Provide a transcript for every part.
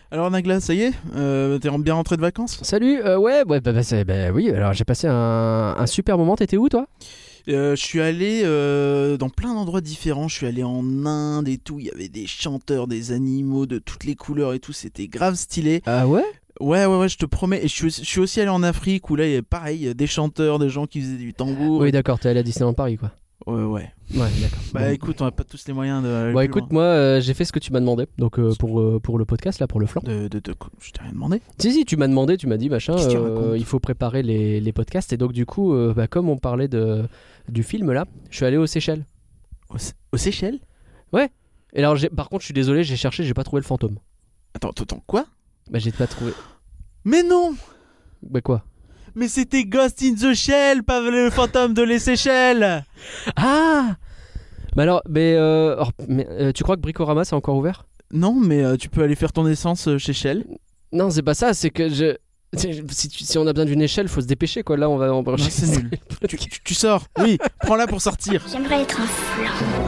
Alors Nagla, ça y est, t'es bien rentré de vacances? Salut, ouais, oui, alors j'ai passé un super moment, t'étais où toi? Je suis allé dans plein d'endroits différents, je suis allé en Inde et tout, il y avait des chanteurs, des animaux de toutes les couleurs et tout, c'était grave stylé. Ah ouais? Ouais, je te promets, et je suis aussi allé en Afrique où là il y a pareil, des chanteurs, des gens qui faisaient du tambour. Oui d'accord, t'es allé à Disneyland Paris quoi. Ouais. Ouais, d'accord. Bah Bon. écoute, on a pas tous les moyens de... Bon écoute, moi j'ai fait ce que tu m'as demandé, donc pour le podcast là, pour le flanc. Je t'ai rien demandé. Si, tu m'as demandé, tu m'as dit machin, Qu'est-ce que tu racontes il faut préparer les podcasts, et donc du coup, comme on parlait du film là, je suis allé aux Seychelles. Aux Seychelles? Et alors par contre je suis désolé, j'ai cherché, j'ai pas trouvé le fantôme. Attends, quoi? Bah j'ai pas trouvé. Mais non! Bah quoi? Mais c'était Ghost in the Shell, pas le fantôme de les Seychelles! Ah! Bah alors, tu crois que Bricorama c'est encore ouvert? Non, mais tu peux aller faire ton essence chez Shell. Non, c'est pas ça, c'est que si on a besoin d'une échelle, faut se dépêcher quoi. Là, on va Non, c'est nul. Tu sors, oui, prends-la pour sortir. J'aimerais être un flan.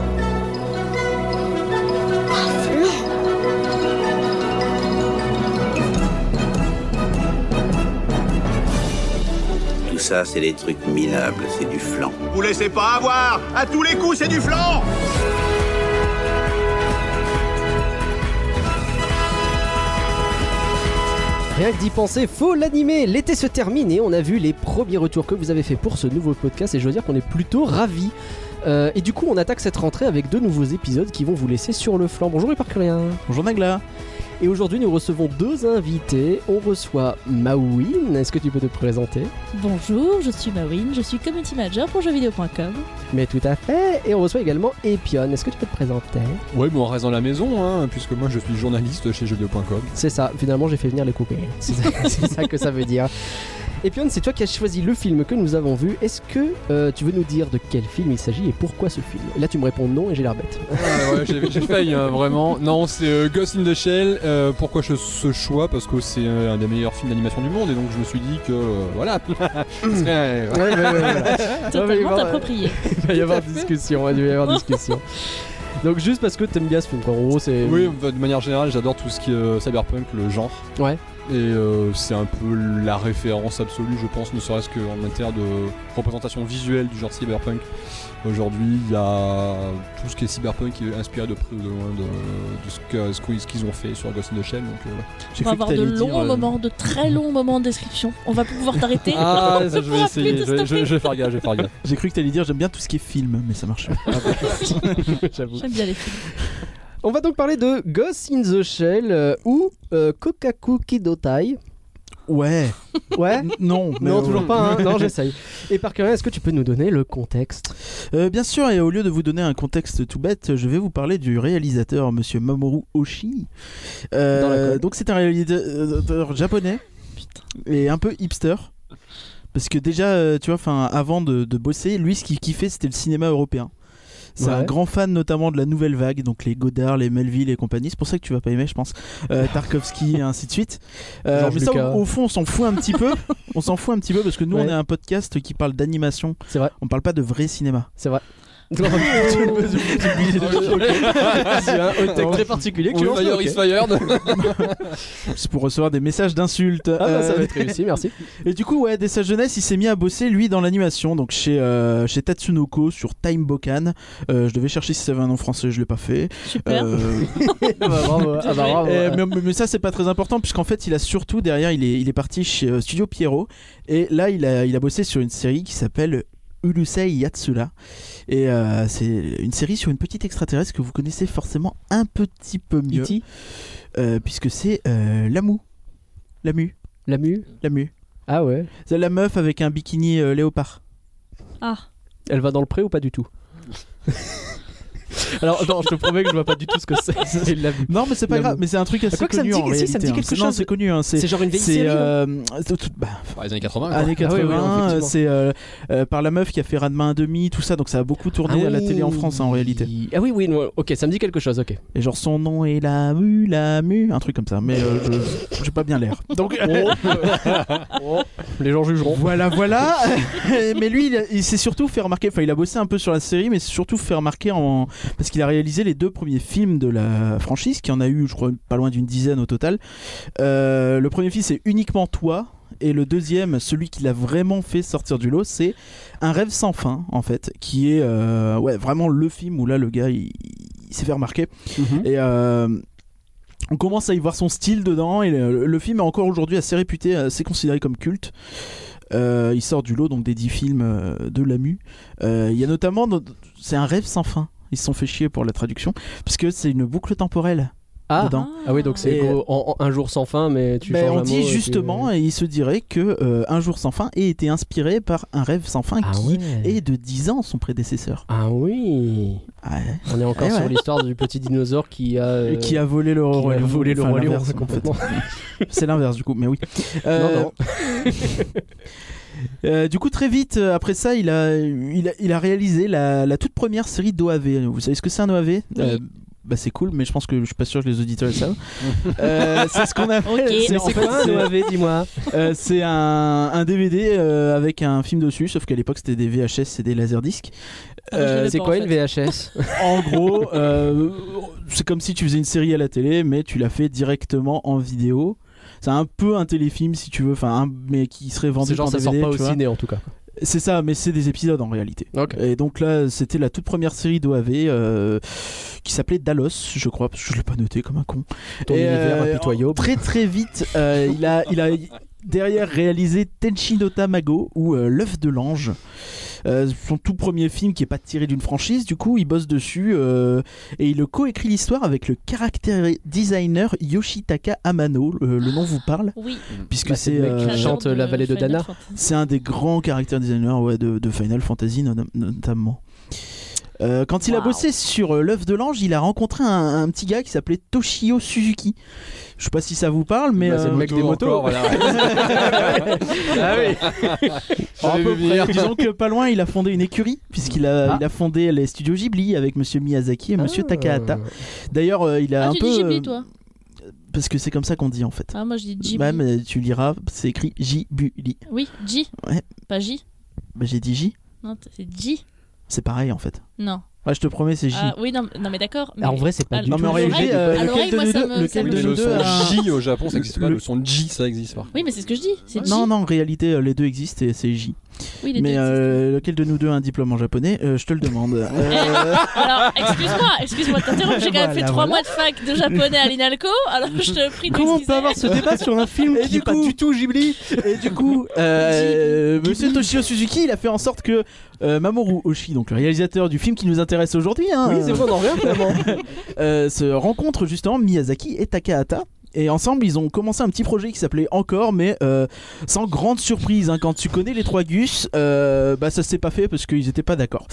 Tout ça, c'est des trucs minables, c'est du flan. Vous laissez pas avoir! À tous les coups, c'est du flan! Rien que d'y penser, faut l'animer. L'été se termine et on a vu les premiers retours que vous avez fait pour ce nouveau podcast, et je veux dire qu'on est plutôt ravis. Et du coup, on attaque cette rentrée avec 2 nouveaux épisodes qui vont vous laisser sur le flanc. Bonjour Hypercurien. Bonjour Nagla. Et aujourd'hui, nous recevons 2 invités. On reçoit Mawin. Est-ce que tu peux te présenter? Bonjour, je suis Mawin, je suis community manager pour jeuxvideo.com. Mais tout à fait. Et on reçoit également Epion. Est-ce que tu peux te présenter? Ouais, mais on reste dans la maison, hein, puisque moi je suis journaliste chez jeuxvideo.com. C'est ça, finalement j'ai fait venir les coupés. C'est ça que ça veut dire. Epion, c'est toi qui as choisi le film que nous avons vu. Est-ce que tu veux nous dire de quel film il s'agit et pourquoi ce film? Là tu me réponds non et j'ai l'air bête. Ouais, j'ai failli, hein, vraiment. Non, c'est Ghost in the Shell. Pourquoi ce choix? Parce que c'est un des meilleurs films d'animation du monde, et donc je me suis dit que voilà. Ce serait, Totalement approprié. Il va y avoir discussion, Donc juste parce que t'aimes bien ce film, quoi. En gros c'est... Oui, de manière générale, j'adore tout ce qui est cyberpunk, le genre. Ouais. Et c'est un peu la référence absolue, je pense, ne serait-ce qu'en matière de représentation visuelle du genre cyberpunk. Aujourd'hui, il y a tout ce qui est cyberpunk qui est inspiré de près ou de loin de ce qu'ils ont fait sur Ghost in the Shell. Donc, On va avoir de longs moments, de très longs moments de description. On va pouvoir t'arrêter. Ah, ça, je vais essayer, je vais faire gaffe, J'ai cru que t'allais dire j'aime bien tout ce qui est film, mais ça marche pas. J'avoue. J'aime bien les films. On va donc parler de Ghost in the Shell ou Kokaku Kidotai. Ouais. Non, mais non, toujours pas, hein. Non, j'essaye. Et par curieux, est-ce que tu peux nous donner le contexte? Bien sûr, et au lieu de vous donner un contexte tout bête, je vais vous parler du réalisateur, monsieur Mamoru Oshii. Donc c'est un réalisateur japonais. Putain. Et un peu hipster. Parce que déjà, tu vois, avant de bosser, lui, ce qu'il kiffait, c'était le cinéma européen. C'est un grand fan notamment de la nouvelle vague, donc les Godard, les Melville et compagnie. C'est pour ça que tu vas pas aimer, je pense. Tarkovsky et ainsi de suite. Mais ça, au fond, on s'en fout un petit peu. On s'en fout un petit peu parce que nous, on est un podcast qui parle d'animation. C'est vrai. On parle pas de vrai cinéma. C'est vrai. C'est un hot tech très particulier que tu lances. Fire is fired. C'est pour recevoir des messages d'insultes. Ça va être réussi, merci. Et du coup, dès sa jeunesse, il s'est mis à bosser lui dans l'animation, donc chez Tatsunoko sur Time Bokan. Je devais chercher si ça avait un nom français, je l'ai pas fait. Super. Bravo. Mais ça c'est pas très important puisqu'en fait il a surtout derrière il est parti chez Studio Pierrot et là il a bossé sur une série qui s'appelle Urusei Yatsura et c'est une série sur une petite extraterrestre que vous connaissez forcément un petit peu mieux puisque c'est Lamu. Ah ouais. C'est la meuf avec un bikini léopard. Ah. Elle va dans le pré ou pas du tout? Alors non, je te promets que je vois pas du tout ce que c'est. Non mais c'est pas grave, mais c'est un truc assez connu en réalité. Ça me dit quelque chose. Non, c'est connu. C'est genre une vieille série. Les années 80. Années 80, oui, c'est par la meuf qui a fait Ranma 1,5, tout ça, donc ça a beaucoup tourné à la télé en France en réalité. Ah oui, ok, ça me dit quelque chose, ok. Et genre son nom est Lamu, un truc comme ça, mais j'ai pas bien l'air. Donc les gens jugeront. Voilà. Mais lui, il s'est surtout fait remarquer, enfin il a bossé un peu sur la série, mais c'est surtout fait remarquer parce qu'il a réalisé les 2 premiers films de la franchise, qui en a eu, je crois, pas loin d'une dizaine au total. Le premier film, c'est Uniquement Toi. Et le deuxième, celui qui l'a vraiment fait sortir du lot, c'est Un rêve sans fin, en fait, qui est vraiment le film où là, le gars, il s'est fait remarquer. Et on commence à y voir son style dedans, et le film est encore aujourd'hui assez réputé, assez considéré comme culte. Il sort du lot donc des 10 films de l'AMU. Il y a notamment, c'est Un rêve sans fin. Ils se sont fait chier pour la traduction, parce que c'est une boucle temporelle. Dedans. Ah oui, donc c'est un jour sans fin, mais tu changes un mot. On dit justement, et il se dirait que Un jour sans fin ait été inspiré par Un rêve sans fin qui est de 10 ans son prédécesseur. Ah oui. Ouais. On est encore sur l'histoire du petit dinosaure qui a volé le roi lion. Complètement. C'est l'inverse du coup, mais oui. Non. Du coup, très vite après ça, il a réalisé la toute première série d'OAV. Vous savez ce que c'est un OAV? Bah c'est cool, mais je pense que je suis pas sûr que les auditeurs le savent. C'est ce qu'on appelle. C'est quoi un OAV, dis-moi? C'est un DVD avec un film dessus, sauf qu'à l'époque c'était des VHS et des laserdiscs. C'est quoi une VHS? En gros, c'est comme si tu faisais une série à la télé, mais tu l'as fait directement en vidéo. C'est un peu un téléfilm si tu veux, mais qui serait vendu par DVD. Ça sort pas au ciné en tout cas. C'est ça, mais c'est des épisodes en réalité. Okay. Et donc là, c'était la toute première série d'OAV qui s'appelait Dalos, je crois, parce que je l'ai pas noté comme un con. Ton univers impitoyable. Très très vite, il a derrière réalisé Tenchi no Tamago ou L'œuf de l'ange. Son tout premier film qui est pas tiré d'une franchise, du coup il bosse dessus et il coécrit l'histoire avec le character designer Yoshitaka Amano. Le nom vous parle? Oui. Puisque c'est qui chante La vallée de Dana. C'est un des grands character designers de Final Fantasy notamment. Quand il a bossé sur L'œuf de l'ange, il a rencontré un petit gars qui s'appelait Toshio Suzuki. Je sais pas si ça vous parle, mais c'est le mec des motos. Voilà. Ah oui. À peu près. Disons que pas loin, il a fondé une écurie, puisqu'il a fondé les studios Ghibli avec Monsieur Miyazaki et Monsieur Takahata. D'ailleurs, il a un tu peu. Dis Ghibli, toi? Parce que c'est comme ça qu'on dit en fait. Ah, moi je dis Ghibli. Bah, mais tu liras, c'est écrit Ghibli. Oui, J. Ouais. Pas J. Bah, j'ai dit J. Non, c'est J. C'est pareil en fait. Non. Ouais, je te promets, c'est J. Oui, non, mais d'accord. Mais... En vrai, c'est pas du tout. Non, mais en réalité, lequel de nous deux le son J au Japon, ça existe pas. Le son J, ça existe pas. Oui, mais c'est ce que je dis. C'est J. Non, en réalité, les deux existent et c'est J. Oui, mais lequel de nous deux a un diplôme en japonais, je te le demande. Alors, excuse-moi de t'interrompre, j'ai quand même fait 3 mois de fac de japonais à l'INALCO, alors je te prie de Comment on peut avoir ce débat sur un film qui n'est pas du tout Ghibli? Et du coup, Monsieur Toshio Suzuki, il a fait en sorte que Mamoru Oshii, donc le réalisateur du film qui nous intéresse aujourd'hui, oui, c'est bon, on en revient finalement, se rencontre justement Miyazaki et Takahata. Et ensemble, ils ont commencé un petit projet qui s'appelait Encore, mais sans grande surprise. Hein. Quand tu connais les 3 Gus, ça s'est pas fait parce qu'ils étaient pas d'accord.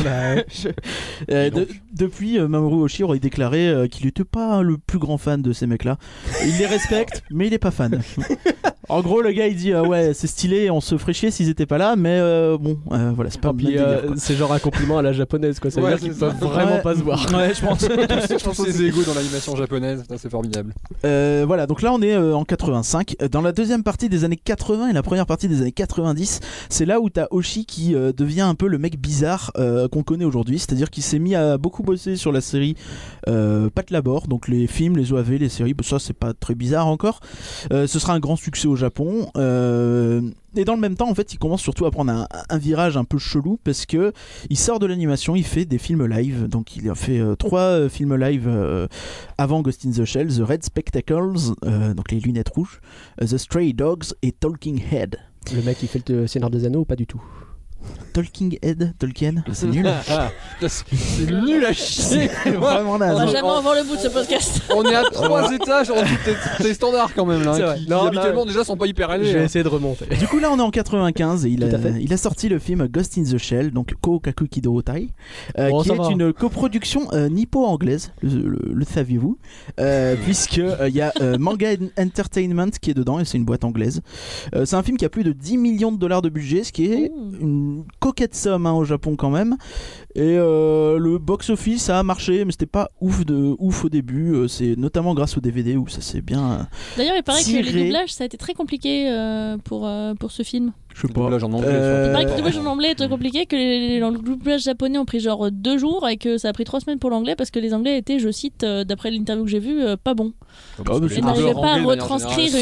Depuis, Mamoru Oshii aurait déclaré qu'il était pas le plus grand fan de ces mecs-là. Il les respecte, mais il est pas fan. En gros, le gars il dit ouais, c'est stylé, on se ferait chier s'ils étaient pas là, mais voilà, c'est pas bien. C'est genre un compliment à la japonaise, quoi. Ça veut dire qu'ils peuvent vraiment pas se voir. Ouais, je pense. Je pense ces égos dans l'animation japonaise, c'est formidable. Voilà, donc là on est en 85. Dans la deuxième partie des années 80 et la première partie des années 90, c'est là où t'as Oshii qui devient un peu le mec bizarre qu'on connaît aujourd'hui. C'est-à-dire qu'il s'est mis à beaucoup bosser sur la série Pat Labor, donc les films, les OAV, les séries. Ça c'est pas très bizarre encore. Ce sera un grand succès au Japon. Et dans le même temps, en fait, il commence surtout à prendre un virage un peu chelou parce que il sort de l'animation, il fait des films live. Donc, il a fait 3 films live avant Ghost in the Shell: The Red Spectacles, donc les lunettes rouges, The Stray Dogs et Talking Head. Le mec, il fait le Seigneur des Anneaux ou pas du tout? Talking Head, Tolkien, c'est nul. C'est nul à chier. Vraiment naze. On va jamais avoir le bout de ce podcast. On est à 3 étages en dessous des standards quand même là, qui habituellement déjà sont pas hyper élevés. Je vais essayer de remonter. Du coup là on est en 95 et il a sorti le film Ghost in the Shell, donc Koukaku Kido Otai, qui est une coproduction nippo-anglaise, le saviez-vous, puisque il y a Manga Entertainment qui est dedans et c'est une boîte anglaise. C'est un film qui a plus de 10 millions de dollars de budget, ce qui est une coquette somme au Japon quand même. Et le box-office ça a marché, mais c'était pas ouf au début. C'est notamment grâce au DVD où ça s'est bien. D'ailleurs, il paraît tiré. que les doublages ça a été très compliqué pour ce film. Je sais pas. Doublage en anglais. Il paraît que le doublage en anglais est très compliqué, que les doublages japonais ont pris genre 2 jours et que ça a pris 3 semaines pour l'anglais parce que les anglais étaient, je cite, d'après l'interview que j'ai vue, pas bons. Ils n'arrivaient pas à retranscrire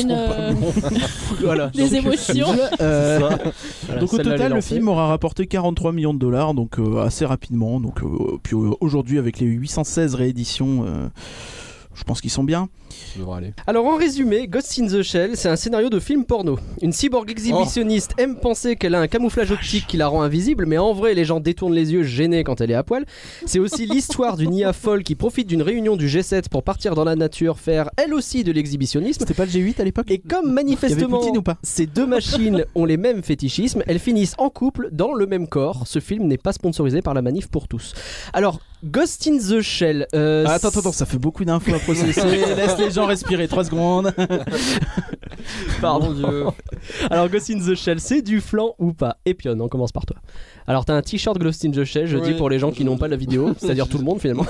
des émotions. Donc au total, le film aura rapporté 43 millions de dollars, donc assez rapidement. Donc, puis aujourd'hui, avec les 816 rééditions, je pense qu'ils sont bien. Ça devrait aller. Alors en résumé, Ghost in the Shell, c'est un scénario de film porno. Une cyborg exhibitionniste aime penser qu'elle a un camouflage optique qui la rend invisible, mais en vrai les gens détournent les yeux gênés quand elle est à poil. C'est aussi l'histoire d'une IA folle qui profite d'une réunion du G7 pour partir dans la nature faire elle aussi de l'exhibitionnisme. C'était pas le G8 à l'époque? Et comme manifestement Poutine ou pas ces deux machines ont les mêmes fétichismes, elles finissent en couple dans le même corps. Ce film n'est pas sponsorisé par la Manif pour tous. Alors, Ghost in the Shell... Attends, ça fait beaucoup d'infos à processer. Laisse les gens respirer 3 secondes. Pardon Dieu. Alors Ghost in the Shell, c'est du flan ou pas? Epion, on commence par toi. Alors t'as un t-shirt Ghost in the Shell, je dis pour les gens qui n'ont pas la vidéo, c'est-à-dire tout le monde finalement.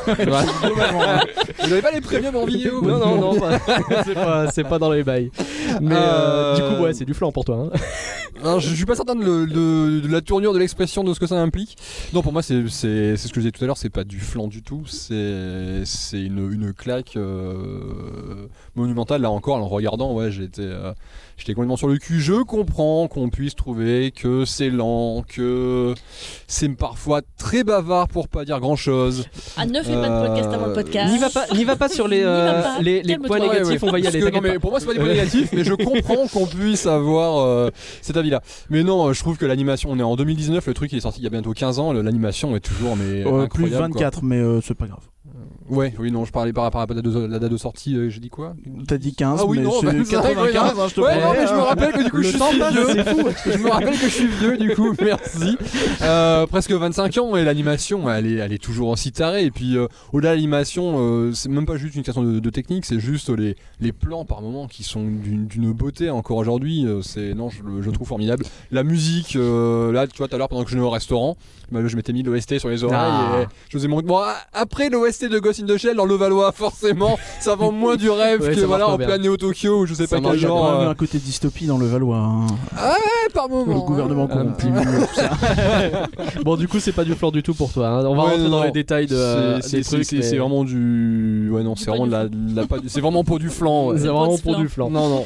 Vous n'avez pas les premiums en vidéo? Non, c'est pas dans les bails. Mais du coup ouais, c'est du flan pour toi. Alors, je suis pas certain de la tournure de l'expression de ce que ça implique. Non, pour moi c'est ce que je disais tout à l'heure, c'est pas du flan du tout, c'est une claque monumentale. Là encore, en regardant, ouais, j'étais complètement sur le cul. Je comprends qu'on puisse trouver que c'est lent, que c'est parfois très bavard pour pas dire grand chose. Ah, ne fais pas de podcast avant le podcast. N'y va pas sur les points négatifs, on va y aller. Non, mais pour moi c'est pas des points négatifs, mais je comprends qu'on puisse avoir cet avis-là. Mais non, je trouve que l'animation, on est en 2019, le truc il est sorti il y a bientôt 15 ans, l'animation est toujours incroyable. Plus 24, quoi. Mais c'est pas grave. Oui, non, je parlais par rapport à la date de sortie, j'ai dit quoi? T'as dit 15, ah oui, mais non, c'est 95, je te ouais, non, mais je me rappelle que du coup je suis vieux. Je me rappelle que je suis vieux, du coup, merci. Presque 25 ans, et l'animation, elle est toujours aussi tarée. Et puis, au-delà de l'animation, c'est même pas juste une question de technique, c'est juste les plans par moments qui sont d'une beauté encore aujourd'hui. Je trouve formidable. La musique, là, tu vois, tout à l'heure, pendant que je venais au restaurant, je m'étais mis l'OST sur les oreilles et je faisais bon, après l'OST de Ghost in the Shell dans le Valois, forcément ça vend moins du rêve que voilà en plein Néo-Tokyo ou je sais pas quel genre. Il y a quand même un côté dystopie dans le Valois. Hein. Ah ouais, par moment. Le gouvernement corrompu, tout ça. Bon, du coup, c'est pas du flan du tout pour toi. Hein. On va rentrer dans les détails des trucs. C'est vraiment du. Ouais, non, c'est vraiment c'est vraiment pour du flan. Ouais. C'est vraiment pour du flan. Non.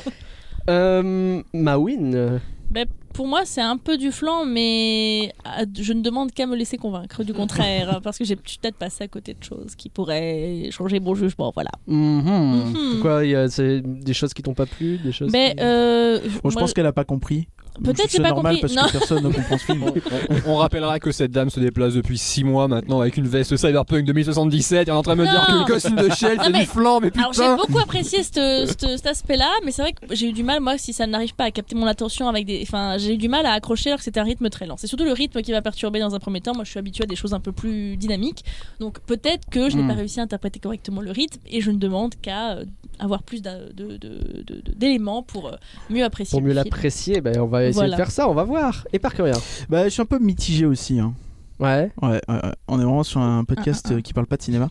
Mawin. Pour moi, c'est un peu du flan, mais je ne demande qu'à me laisser convaincre du contraire, parce que j'ai peut-être passé à côté de choses qui pourraient changer mon jugement, voilà. Quoi, c'est des choses qui t'ont pas plu, des choses. Je pense qu'elle a pas compris. Peut-être j'ai pas compris. Parce que personne ne comprend ce film. On rappellera que cette dame se déplace depuis 6 mois maintenant avec une veste Cyberpunk 2077 et on est en train de me dire que le costume de Shell c'est du flan, mais putain. Alors j'ai beaucoup apprécié cet aspect-là, mais c'est vrai que j'ai eu du mal, moi, si ça n'arrive pas à capter mon attention avec j'ai eu du mal à accrocher alors que c'était un rythme très lent. C'est surtout le rythme qui va perturber dans un premier temps. Moi je suis habituée à des choses un peu plus dynamiques, donc peut-être que je n'ai pas réussi à interpréter correctement le rythme et je ne demande qu'à avoir plus d'éléments pour mieux apprécier. Pour mieux l'apprécier, on va essayer de faire ça, on va voir. Et par curieux. Je suis un peu mitigé aussi. Hein. Ouais. On est vraiment sur un podcast qui parle pas de cinéma.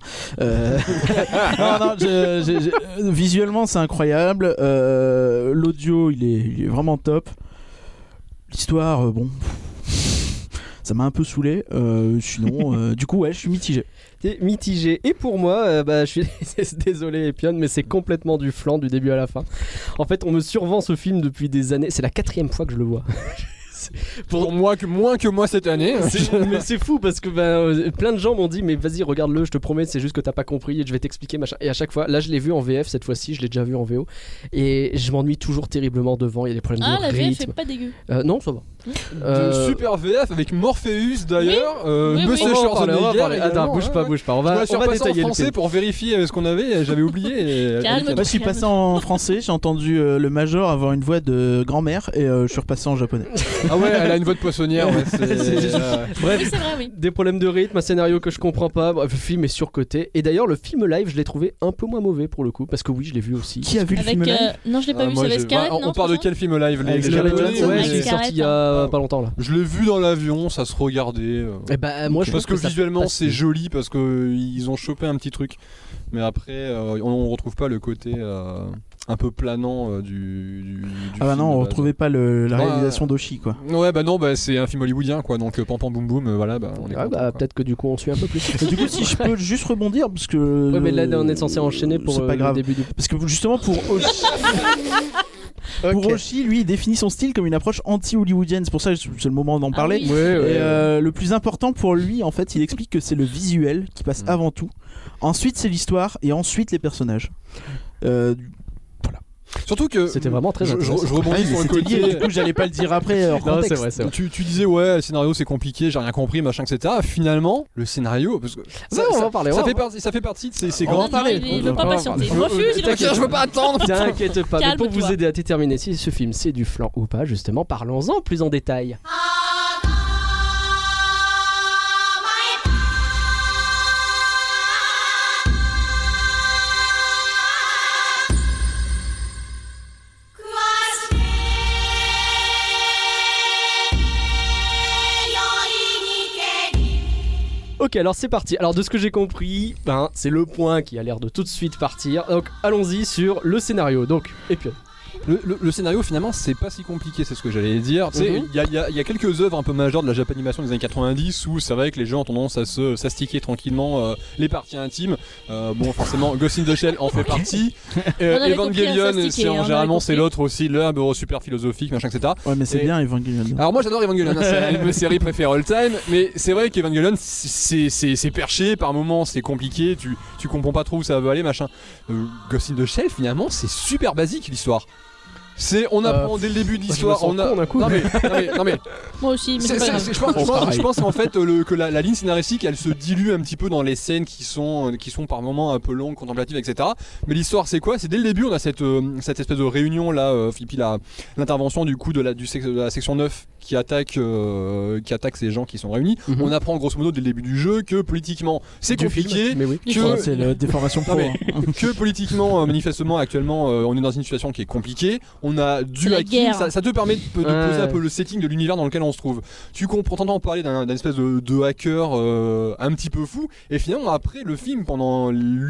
Visuellement c'est incroyable. L'audio il est vraiment top. L'histoire, ça m'a un peu saoulé. Sinon, du coup, je suis mitigé. T'es mitigé. Et pour moi, je suis désolé, Epion, mais c'est complètement du flan du début à la fin. En fait, on me survend ce film depuis des années. C'est la 4e fois que je le vois. Pour moins que moi cette année. Mais c'est fou parce que plein de gens m'ont dit mais vas-y regarde-le, je te promets, c'est juste que t'as pas compris et je vais t'expliquer machin. Et à chaque fois, là je l'ai vu en VF cette fois-ci, je l'ai déjà vu en VO et je m'ennuie toujours terriblement devant. Il y a des problèmes de rythme. La VF est pas dégueu. Non, ça va. Super VF avec Morpheus d'ailleurs. Monsieur Schwarzenegger. Attends, bouge pas. On va détailler en français pour vérifier ce qu'on avait. J'avais oublié. Je suis passé en français, j'ai entendu le Major avoir une voix de grand-mère et je suis repassé en japonais. Ah ouais, elle a une voix de poissonnière. Ouais, bref, oui, c'est vrai, oui. Des problèmes de rythme, un scénario que je comprends pas. Bref, le film est surcoté. Et d'ailleurs, le film live, je l'ai trouvé un peu moins mauvais pour le coup, parce que oui, je l'ai vu aussi. Qui a vu le film live? Non, je l'ai pas vu. C'est avec Scarlett. On parle de quel film live? Les Johansson. Ouais, il est sorti il y a pas longtemps là. Je l'ai vu dans l'avion, ça se regardait. Moi, je parce que visuellement, c'est joli, parce que ils ont chopé un petit truc. Mais après, on retrouve pas le côté un peu planant du Ah bah film non, de on base. retrouvait pas la réalisation d'Oshii quoi. Ouais, bah non, bah c'est un film hollywoodien quoi, donc pam pam boum boum, voilà, bah on est Ouais, content, bah quoi. peut-être que du coup on suit un peu plus. Et du coup, si je peux juste rebondir parce que. Ouais, mais là on est censé enchaîner pour c'est pas grave. le début du. Parce que justement pour Oshii. Pour Oshii, lui, il définit son style comme une approche anti-hollywoodienne. C'est pour ça que c'est le moment d'en parler. oui. Et le plus important pour lui, en fait, il explique que c'est le visuel qui passe avant tout. Ensuite, c'est l'histoire et ensuite les personnages. Surtout que C'était vraiment très je intéressant. rebondis sur le C'était lié, côté. du coup, j'allais pas le dire après. hors Non, contexte. c'est vrai, c'est vrai. Tu disais ouais, le scénario c'est compliqué, j'ai rien compris, machin, etc. Finalement, le scénario, parce que on va en parler, ça on fait va- partie, ça fait partie de ces On va grands. en parler. Il veut pas On va en patienter. parler. Refuse, il T'inquiète, refuse. je veux pas attendre. T'inquiète pas. Mais pour vous Calme-toi. aider à déterminer si ce film c'est du flan ou pas, justement, parlons-en plus en détail. Ok, alors c'est parti. Alors de ce que j'ai compris, c'est le point qui a l'air de tout de suite partir. Donc allons-y sur le scénario. Donc, et puis. Le scénario finalement c'est pas si compliqué, c'est ce que j'allais dire. Tu sais, Mhm. il y a quelques œuvres un peu majeures de la Japanimation des années 90 où c'est vrai que les gens ont tendance à s'astiquer tranquillement les parties intimes. Bon forcément Ghost in the Shell en fait partie. On avait compris à Evangelion s'astiquer, on avait généralement c'est compris. l'autre aussi, l'œuvre super philosophique machin etc. Ouais, mais c'est Et- bien Evangelion. Alors moi j'adore Evangelion, hein, c'est une de mes séries préférées all time, mais c'est vrai qu'Evangelion c'est perché, par moments c'est compliqué, tu comprends pas trop où ça veut aller machin. Ghost in the Shell finalement c'est super basique l'histoire. On apprend dès le début de l'histoire, je me sens con d'un coup. Non mais Moi aussi, mais c'est pas grave. je pense en fait que la ligne scénaristique elle se dilue un petit peu dans les scènes qui sont par moments un peu longues, contemplatives, etc. Mais l'histoire c'est quoi? C'est dès le début on a cette espèce de réunion là, et puis l'intervention du coup de la section 9 qui attaque ces gens qui sont réunis. Mhm. On apprend grosso modo dès le début du jeu que politiquement c'est Du compliqué. film, mais oui. Du que- film. C'est la déformation pro. Non, mais- hein. que politiquement, manifestement, actuellement, on est dans une situation qui est compliquée. On a C'est du la hacking. guerre. Ça te permet de poser Ouais. un peu le setting de l'univers dans lequel on se trouve. Tu comprends, t'entends parler d'un espèce de hacker un petit peu fou. Et finalement, après, le film, pendant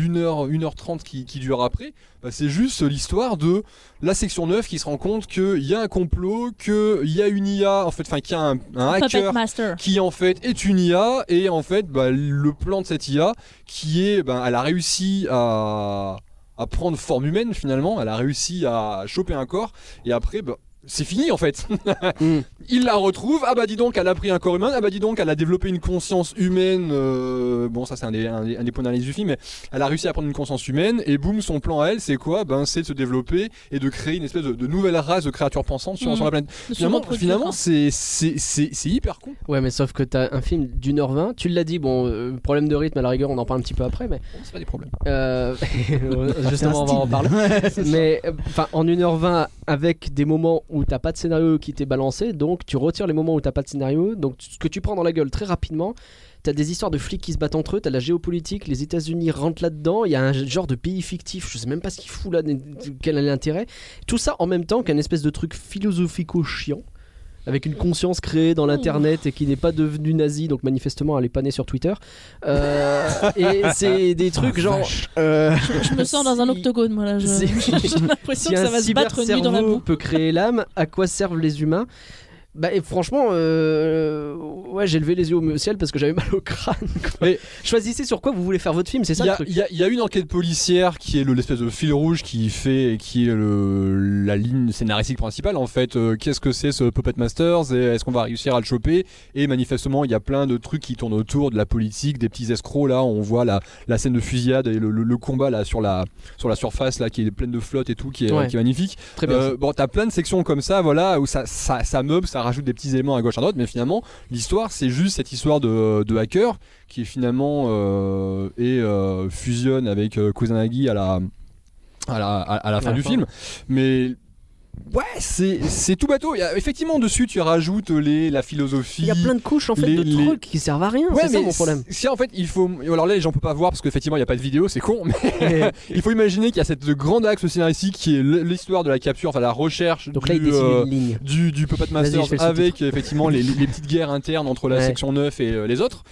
1h30 qui dure après, bah, c'est juste l'histoire de la section 9 qui se rend compte qu'il y a un complot, qu'il y a une IA, en fait, enfin, qu'il y a un Puppet hacker Master. qui en fait est une IA et en fait bah, le plan de cette IA qui est elle a réussi à prendre forme humaine finalement, elle a réussi à choper un corps et après c'est fini en fait. Mm. Il la retrouve, ah bah dis donc elle a pris un corps humain, ah bah dis donc elle a développé une conscience humaine, bon ça c'est un des points d'analyse du film, mais elle a réussi à prendre une conscience humaine et boum son plan à elle c'est quoi? C'est de se développer et de créer une espèce de nouvelle race de créatures pensantes sur la planète. De se Finalement reproduire. c'est hyper con. Ouais, mais sauf que t'as un film d'1h20. Tu l'as dit, bon, problème de rythme à la rigueur, on en parle un petit peu après, mais. Bon, c'est pas des problèmes. Justement, on va en parler. Mais enfin, en 1h20, avec des moments où t'as pas de scénario qui t'est balancé, donc tu retires les moments où t'as pas de scénario, donc ce que tu prends dans la gueule très rapidement. T'as des histoires de flics qui se battent entre eux, t'as la géopolitique, les États-Unis rentrent là-dedans, il y a un genre de pays fictif, je sais même pas ce qu'il fout là, quel est l'intérêt. Tout ça en même temps qu'un espèce de truc philosophico-chiant, avec une conscience créée dans l'internet et qui n'est pas devenue nazie, donc manifestement elle est pas née sur Twitter. Et c'est des trucs genre. Je me sens dans un Si- octogone, moi là. si- J'ai l'impression Si que ça un va se battre nu dans la cyber-cerveau boue. peut créer l'âme, à quoi servent les humains? Bah et franchement, ouais, j'ai levé les yeux au ciel parce que j'avais mal au crâne, quoi. Mais- Choisissez sur quoi vous voulez faire votre film, c'est ça Il y, le a, truc. il y a une enquête policière qui est l'espèce de fil rouge qui est la ligne scénaristique principale en fait. Qu'est-ce que c'est ce Puppet Masters et est-ce qu'on va réussir à le choper? Et manifestement il y a plein de trucs qui tournent autour de la politique, des petits escrocs là. On voit la scène de fusillade et le combat là sur la surface là qui est pleine de flotte et tout qui est, Ouais. qui est magnifique. Très bien. Bon t'as plein de sections comme ça voilà où ça meuble, ça rajoute des petits éléments à gauche à droite, mais finalement l'histoire c'est juste cette histoire de hacker qui finalement fusionne avec Kusanagi à la fin du film, mais ouais c'est tout bateau. Effectivement dessus tu rajoutes la philosophie. Il y a plein de couches en fait les- de trucs qui servent à rien, Ouais, c'est ça mais mon problème. si en fait il faut, alors là les gens peuvent pas voir parce qu'effectivement il n'y a pas de vidéo, c'est con, mais il faut imaginer qu'il y a cette grande axe scénaristique qui est l'histoire de la capture, enfin la recherche Donc là il dessine une ligne. du Puppet Vas-y, Masters je fais le avec effectivement les petites guerres internes entre la Ouais. section 9 et les autres.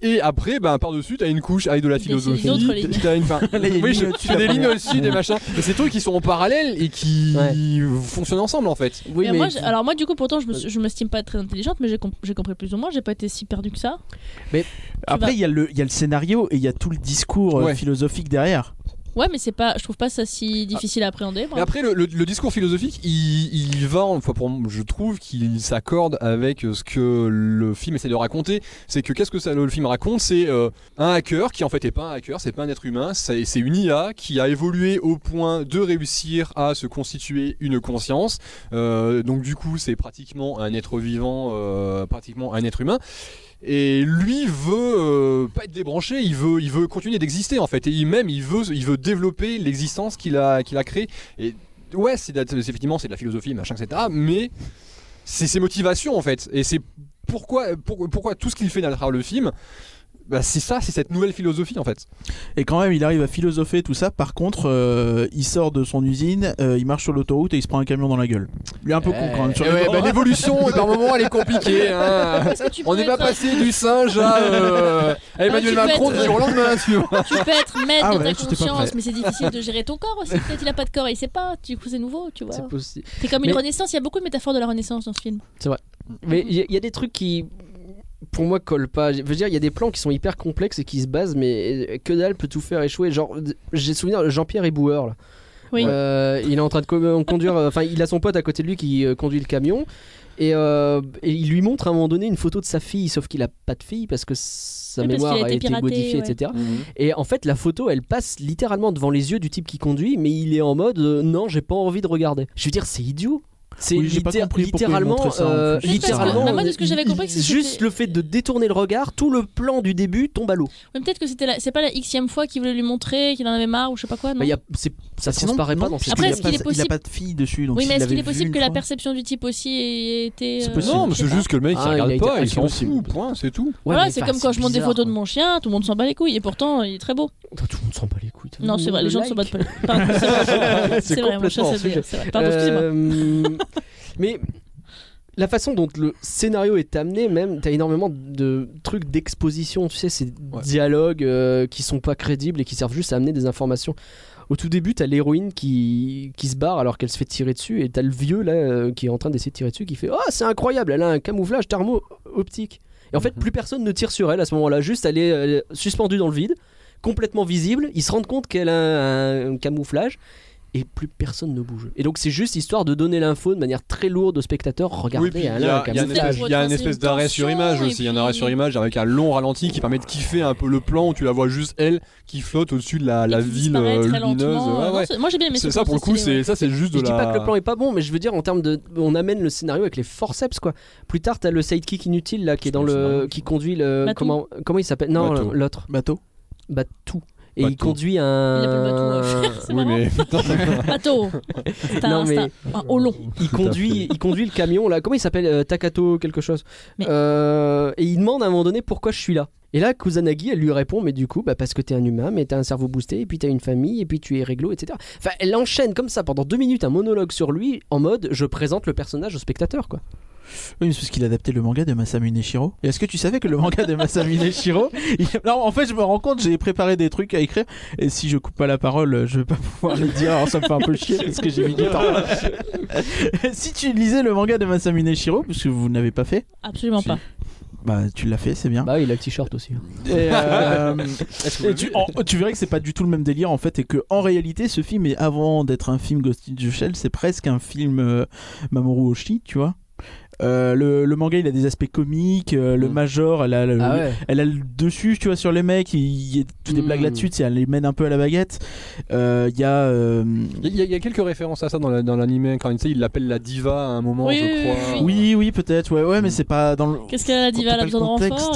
Et après, par-dessus, t'as une couche avec de la philosophie. d'autres lignes. T'as une... oui, je fais des lignes au-dessus, des machins. Mais c'est des trucs qui sont en parallèle et qui fonctionnent ensemble en fait. Oui, mais moi, du coup, pourtant, je m'estime pas très intelligente, mais j'ai compris plus ou moins. J'ai pas été si perdu que ça. Mais après, il y a le scénario et il y a tout le discours philosophique derrière. Ouais, mais je trouve pas ça si difficile à appréhender. Mais après, le discours philosophique, il va, je trouve qu'il s'accorde avec ce que le film essaie de raconter. C'est que qu'est-ce que le film raconte ? C'est un hacker qui en fait est pas un hacker, c'est pas un être humain, c'est une IA qui a évolué au point de réussir à se constituer une conscience. Donc du coup, c'est pratiquement un être vivant, pratiquement un être humain. Et lui veut pas être débranché, il veut continuer d'exister en fait. Et il veut développer l'existence qu'il a créée. Et ouais, effectivement c'est de la philosophie, machin, etc. Mais c'est ses motivations en fait. Et c'est pourquoi tout ce qu'il fait à travers le film. C'est cette nouvelle philosophie en fait. Et quand même il arrive à philosopher tout ça. Par contre il sort de son usine, il marche sur l'autoroute et il se prend un camion dans la gueule. Il est un peu con quand même sur l'évolution par moment elle est compliquée hein. On n'est pas passé du singe à Emmanuel Macron du jour au lendemain, tu vois. Tu peux être maître de ta conscience, mais c'est difficile de gérer ton corps aussi. Peut-être il a pas de corps et il sait pas, du coup c'est nouveau, tu vois. C'est possible. C'est comme une renaissance, il y a beaucoup de métaphores de la renaissance dans ce film. C'est vrai. Mais il y a des trucs qui pour moi colle pas. Je veux dire, il y a des plans qui sont hyper complexes et qui se basent, mais que dalle peut tout faire échouer. Genre, j'ai souvenir de Jean-Pierre Éboueur là. Oui. Il est en train de conduire. Enfin, il a son pote à côté de lui qui conduit le camion et il lui montre à un moment donné une photo de sa fille, sauf qu'il a pas de fille parce que sa mémoire a été modifiée, etc. Et en fait, la photo, elle passe littéralement devant les yeux du type qui conduit, mais il est en mode non, j'ai pas envie de regarder. Je veux dire, c'est idiot. C'est littéralement, moi de ce que j'avais compris, c'est juste le fait de détourner le regard, tout le plan du début tombe à l'eau. Mais peut-être que c'est pas la xème fois qu'il voulait lui montrer qu'il en avait marre ou je sais pas quoi. Non. Ça transparaît pas dans cette Après, il a pas de fille dessus. Donc oui, mais est-ce qu'il est possible que la perception du type aussi ait été. Non, mais c'est juste que le mec il regarde pas, il s'en fout, point, c'est tout. Voilà, c'est comme quand je montre des photos de mon chien, tout le monde s'en bat les couilles et pourtant il est très beau. Tout le monde s'en bat les couilles. Non, c'est vrai, les gens ne s'en battent pas les couilles. C'est vrai, mon chien c'est vrai. Pardon, excusez-moi. Mais la façon dont le scénario est amené, même, t'as énormément de trucs d'exposition, tu sais, ces dialogues qui sont pas crédibles et qui servent juste à amener des informations. Au tout début, t'as l'héroïne qui se barre alors qu'elle se fait tirer dessus, et t'as le vieux là qui est en train d'essayer de tirer dessus qui fait « Oh, c'est incroyable, elle a un camouflage thermo-optique !» Et en fait, plus personne ne tire sur elle à ce moment-là, juste elle est suspendue dans le vide, complètement visible, ils se rendent compte qu'elle a un camouflage, et plus personne ne bouge. Et donc c'est juste histoire de donner l'info de manière très lourde aux spectateurs. Regardez, il y a une espèce d'arrêt sur image aussi. Il y a un arrêt sur image avec un long ralenti qui permet de kiffer un peu le plan où tu la vois juste elle qui flotte au-dessus de la ville lumineuse. Moi j'ai bien aimé ça pour le coup, c'est juste de la. Je dis pas que le plan est pas bon, mais je veux dire en termes de, on amène le scénario avec les forceps quoi. Plus tard t'as le sidekick inutile là qui est dans le, qui conduit le, comment il s'appelle, non l'autre. Bateau. Et il conduit un. Il appelle bateau. C'est oui, mais. Bateau. Non, mais. Au long. Il conduit le camion là. Comment il s'appelle Takato quelque chose. Et il demande à un moment donné pourquoi je suis là. Et là, Kusanagi, elle lui répond, mais du coup, parce que t'es un humain, mais t'as un cerveau boosté, et puis t'as une famille, et puis tu es réglo, etc. Enfin, elle enchaîne comme ça pendant 2 minutes un monologue sur lui, en mode je présente le personnage au spectateur, quoi. Oui, mais c'est parce qu'il a adapté le manga de Masamune Shirow. Et est-ce que tu savais que le manga de Masamune Shirow Non, en fait, je me rends compte, j'ai préparé des trucs à écrire, et si je coupe pas la parole, je vais pas pouvoir le dire. Alors ça me fait un peu chier parce que j'ai mis du temps. Si tu lisais le manga de Masamune Shirow, parce que vous n'avez pas fait. Absolument pas. Bah tu l'as fait, c'est bien. Bah il a le t-shirt aussi. Et tu verrais que c'est pas du tout le même délire en fait, et que en réalité ce film est, avant d'être un film Ghost in the Shell, c'est presque un film Mamoru Oshii, tu vois. Le manga il a des aspects comiques, le Major elle a le dessus, tu vois, sur les mecs, il y a toutes des blagues là-dessus, tu sais, elle les mène un peu à la baguette. Il y a quelques références à ça dans l'anime quand il l'appelle la diva à un moment, je crois. Oui, peut-être, ouais, mais c'est pas dans le. Qu'est-ce qu'elle a la diva, elle a besoin de renfort.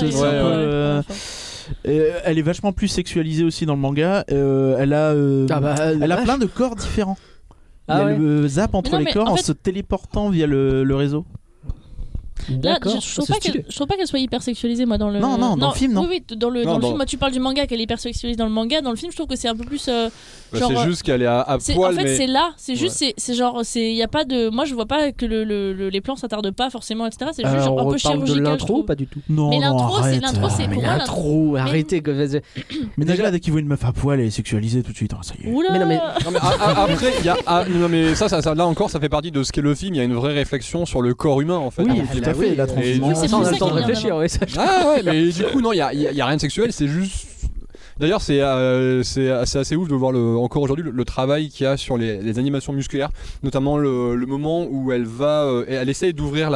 Elle est vachement plus sexualisée aussi dans le manga. Elle a plein de corps différents. Elle zappe entre les corps en se téléportant via le réseau. Là, D'accord. je trouve pas qu'elle soit hyper sexualisée, moi, dans le. Non, dans le film, non. Oui, dans le film. Moi, tu parles du manga, qu'elle est hyper sexualisée dans le manga. Dans le film, je trouve que c'est un peu plus. Genre, c'est juste qu'elle est à poil. En fait, mais... c'est là. C'est juste, c'est genre, y a pas de. Moi, je vois pas que les plans s'attardent pas forcément, etc. C'est juste genre, un peu chirurgical. De l'intro, pas du tout. Non, mais non, arrête. l'intro, c'est pour moi. L'intro, arrêtez. Mais Nagla, dès qu'il voit une meuf à poil, elle est sexualisée tout de suite. Ça y est. Oula. Mais non, mais après, il y a. Non, mais ça, là encore, ça fait partie de ce qu'est le film. Il y a une vraie réflexion sur le corps humain, en fait. Oui, tout à fait. La transition. c'est on a ça le temps de qui est bien, réfléchir. Ouais, ça, Ah ouais, mais du coup, non, il y a rien de sexuel. C'est juste. D'ailleurs, c'est assez ouf de voir encore aujourd'hui le travail qu'il y a sur les animations musculaires, notamment le moment où elle essaye d'ouvrir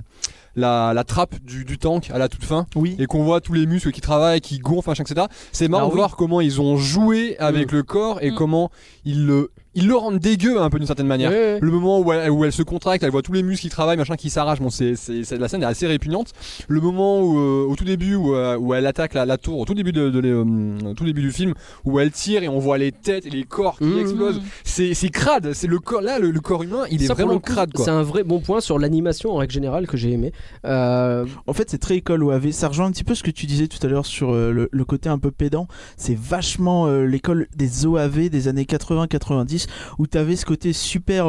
la trappe du tank à la toute fin, et qu'on voit tous les muscles qui travaillent, qui gonflent, etc. C'est marrant de voir comment ils ont joué avec le corps et comment ils le rendent dégueu un peu d'une certaine manière. Le moment où elle se contracte, elle voit tous les muscles qui travaillent, machin, qui s'arrachent. Bon, la scène est assez répugnante. Le moment où, au tout début où elle attaque la tour, au tout début tout début du film, où elle tire et on voit les têtes et les corps qui explosent. C'est crade. C'est le corps. Là, le corps humain, il est vraiment crade, quoi. C'est un vrai bon point sur l'animation en règle générale que j'ai aimé. En fait, c'est très école OAV. Ça rejoint un petit peu ce que tu disais tout à l'heure sur le côté un peu pédant. C'est vachement l'école des OAV des années 80-90 où t'avais ce côté super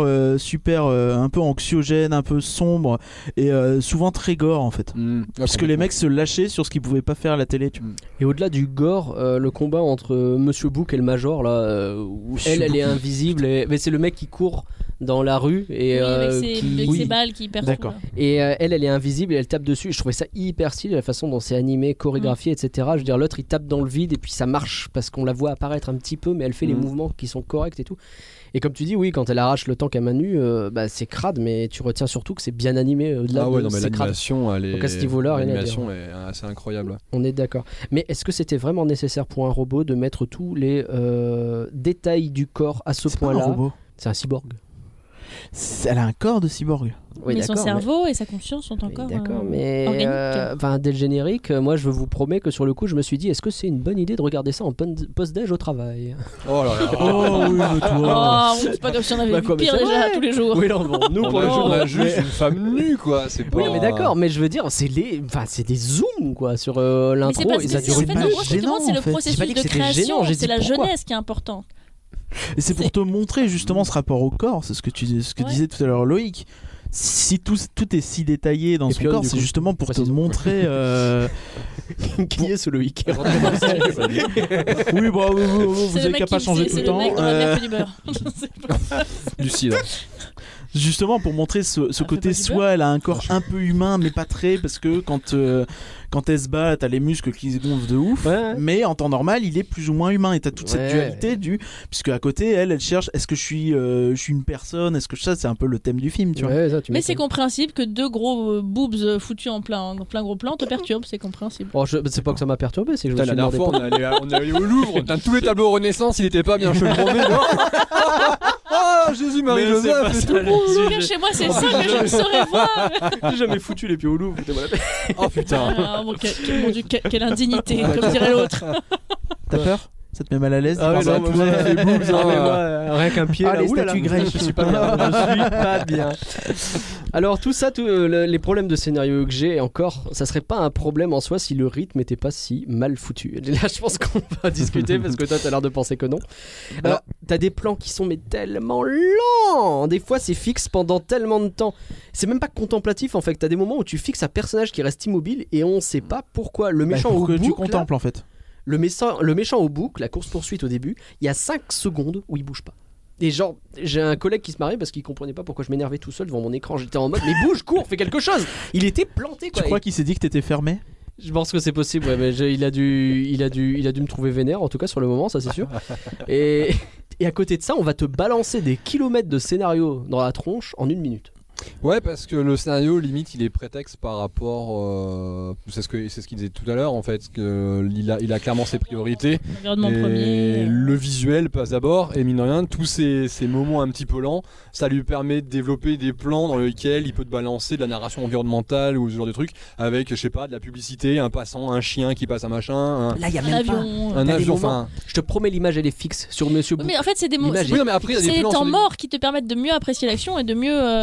un peu anxiogène, un peu sombre et souvent très gore en fait. Parce que les mecs se lâchaient sur ce qu'ils pouvaient pas faire à la télé. Et au-delà du gore, le combat entre Monsieur Book et le Major là, où elle est invisible, mais c'est le mec qui court dans la rue et avec ses balles qui perdent. D'accord. Et elle est invisible et elle tape dessus. Je trouvais ça hyper stylé la façon dont c'est animé, chorégraphié, etc. Je veux dire, l'autre il tape dans le vide et puis ça marche parce qu'on la voit apparaître un petit peu, mais elle fait les mouvements qui sont corrects et tout. Et comme tu dis, oui, quand elle arrache le tank à main nue, c'est crade, mais tu retiens surtout que c'est bien animé. Ah ouais, non, mais l'animation, donc à ce niveau-là, l'animation est assez incroyable. On est d'accord. Mais est-ce que c'était vraiment nécessaire pour un robot de mettre tous les détails du corps à ce point-là? C'est pas un robot. C'est un cyborg. Elle a un corps de cyborg. Oui, mais son cerveau et sa conscience sont encore organiques. Dès le générique, moi je vous promets que sur le coup je me suis dit, est-ce que c'est une bonne idée de regarder ça en post-déj au travail? Oh là là. Oh oui, mais toi. C'est pas comme si on avait vu pire déjà tous les jours. Oui, non, bon, nous pour le jour on a juste une femme nue, quoi. C'est pas... Oui, mais d'accord, mais je veux dire, c'est des zooms quoi sur l'intro et ça dure une minute. C'est le processus de création, c'est la jeunesse qui est importante. Et c'est pour te montrer justement ce rapport au corps, c'est ce que disait tout à l'heure Loïc. Si tout est si détaillé dans son corps, c'est justement pour te montrer qui est ce Loïc. Oui, bah vous avez qu'à pas changer tout le temps. C'est le mec dans la mer fait du beurre. Du cidre. Justement pour montrer ce côté, soit elle a un corps un peu humain mais pas très, parce que quand elle se bat t'as les muscles qui se gonflent de ouf, mais en temps normal il est plus ou moins humain et t'as toute cette dualité puisque à côté elle cherche, est-ce que je suis une personne, est-ce que ça, c'est un peu le thème du film, tu vois. Mais c'est compréhensible que deux gros boobs foutus en plein gros plan te perturbent, c'est compréhensible. C'est pas que ça m'a perturbé, c'est que je me suis la dernière fois on est allé au Louvre, dans tous les tableaux Renaissance, il était pas bien chevronné. Oh Jésus Marie-Joseph, c'est tout beau. Chez moi c'est ça que je ne saurais voir. J'ai jamais foutu les pieds au Louvre. Oh putain. Mon Dieu, quelle indignité, comme dirait l'autre. T'as peur? Ça te met mal à l'aise? Rien qu'un pied. Les statues grecques. Je suis pas bien. Je suis pas bien. Alors tout ça, les problèmes de scénario que j'ai encore, ça serait pas un problème en soi si le rythme était pas si mal foutu. Là, je pense qu'on va discuter parce que toi, t'as l'air de penser que non. Alors, t'as des plans qui sont tellement lents. Des fois, c'est fixe pendant tellement de temps. C'est même pas contemplatif en fait. T'as des moments où tu fixes un personnage qui reste immobile et on sait pas pourquoi. Le méchant au bouc, tu contemples en fait. Le méchant au bouc, la course-poursuite au début, il y a 5 secondes où il bouge pas. Et genre, j'ai un collègue qui se marrait parce qu'il comprenait pas pourquoi je m'énervais tout seul devant mon écran. J'étais en mode, mais bouge, cours, fais quelque chose. Il était planté quoi. Tu crois qu'il s'est dit que t'étais fermé? Je pense que c'est possible, ouais, mais il a dû me trouver vénère, en tout cas sur le moment, ça c'est sûr. Et à côté de ça, on va te balancer des kilomètres de scénario dans la tronche en 1 minute. Ouais, parce que le scénario limite il est prétexte par rapport c'est ce qu'il disait tout à l'heure en fait, il a clairement ses priorités et le visuel passe d'abord et mine de rien tous ces moments un petit peu lents ça lui permet de développer des plans dans lesquels il peut te balancer de la narration environnementale ou ce genre de trucs avec je sais pas de la publicité, un passant, un chien qui passe un machin, là il y a même un avion, enfin je te promets l'image elle est fixe sur Monsieur Bou. Mais en fait c'est des moments, oui, mais après, c'est des temps morts qui te permettent de mieux apprécier l'action et de mieux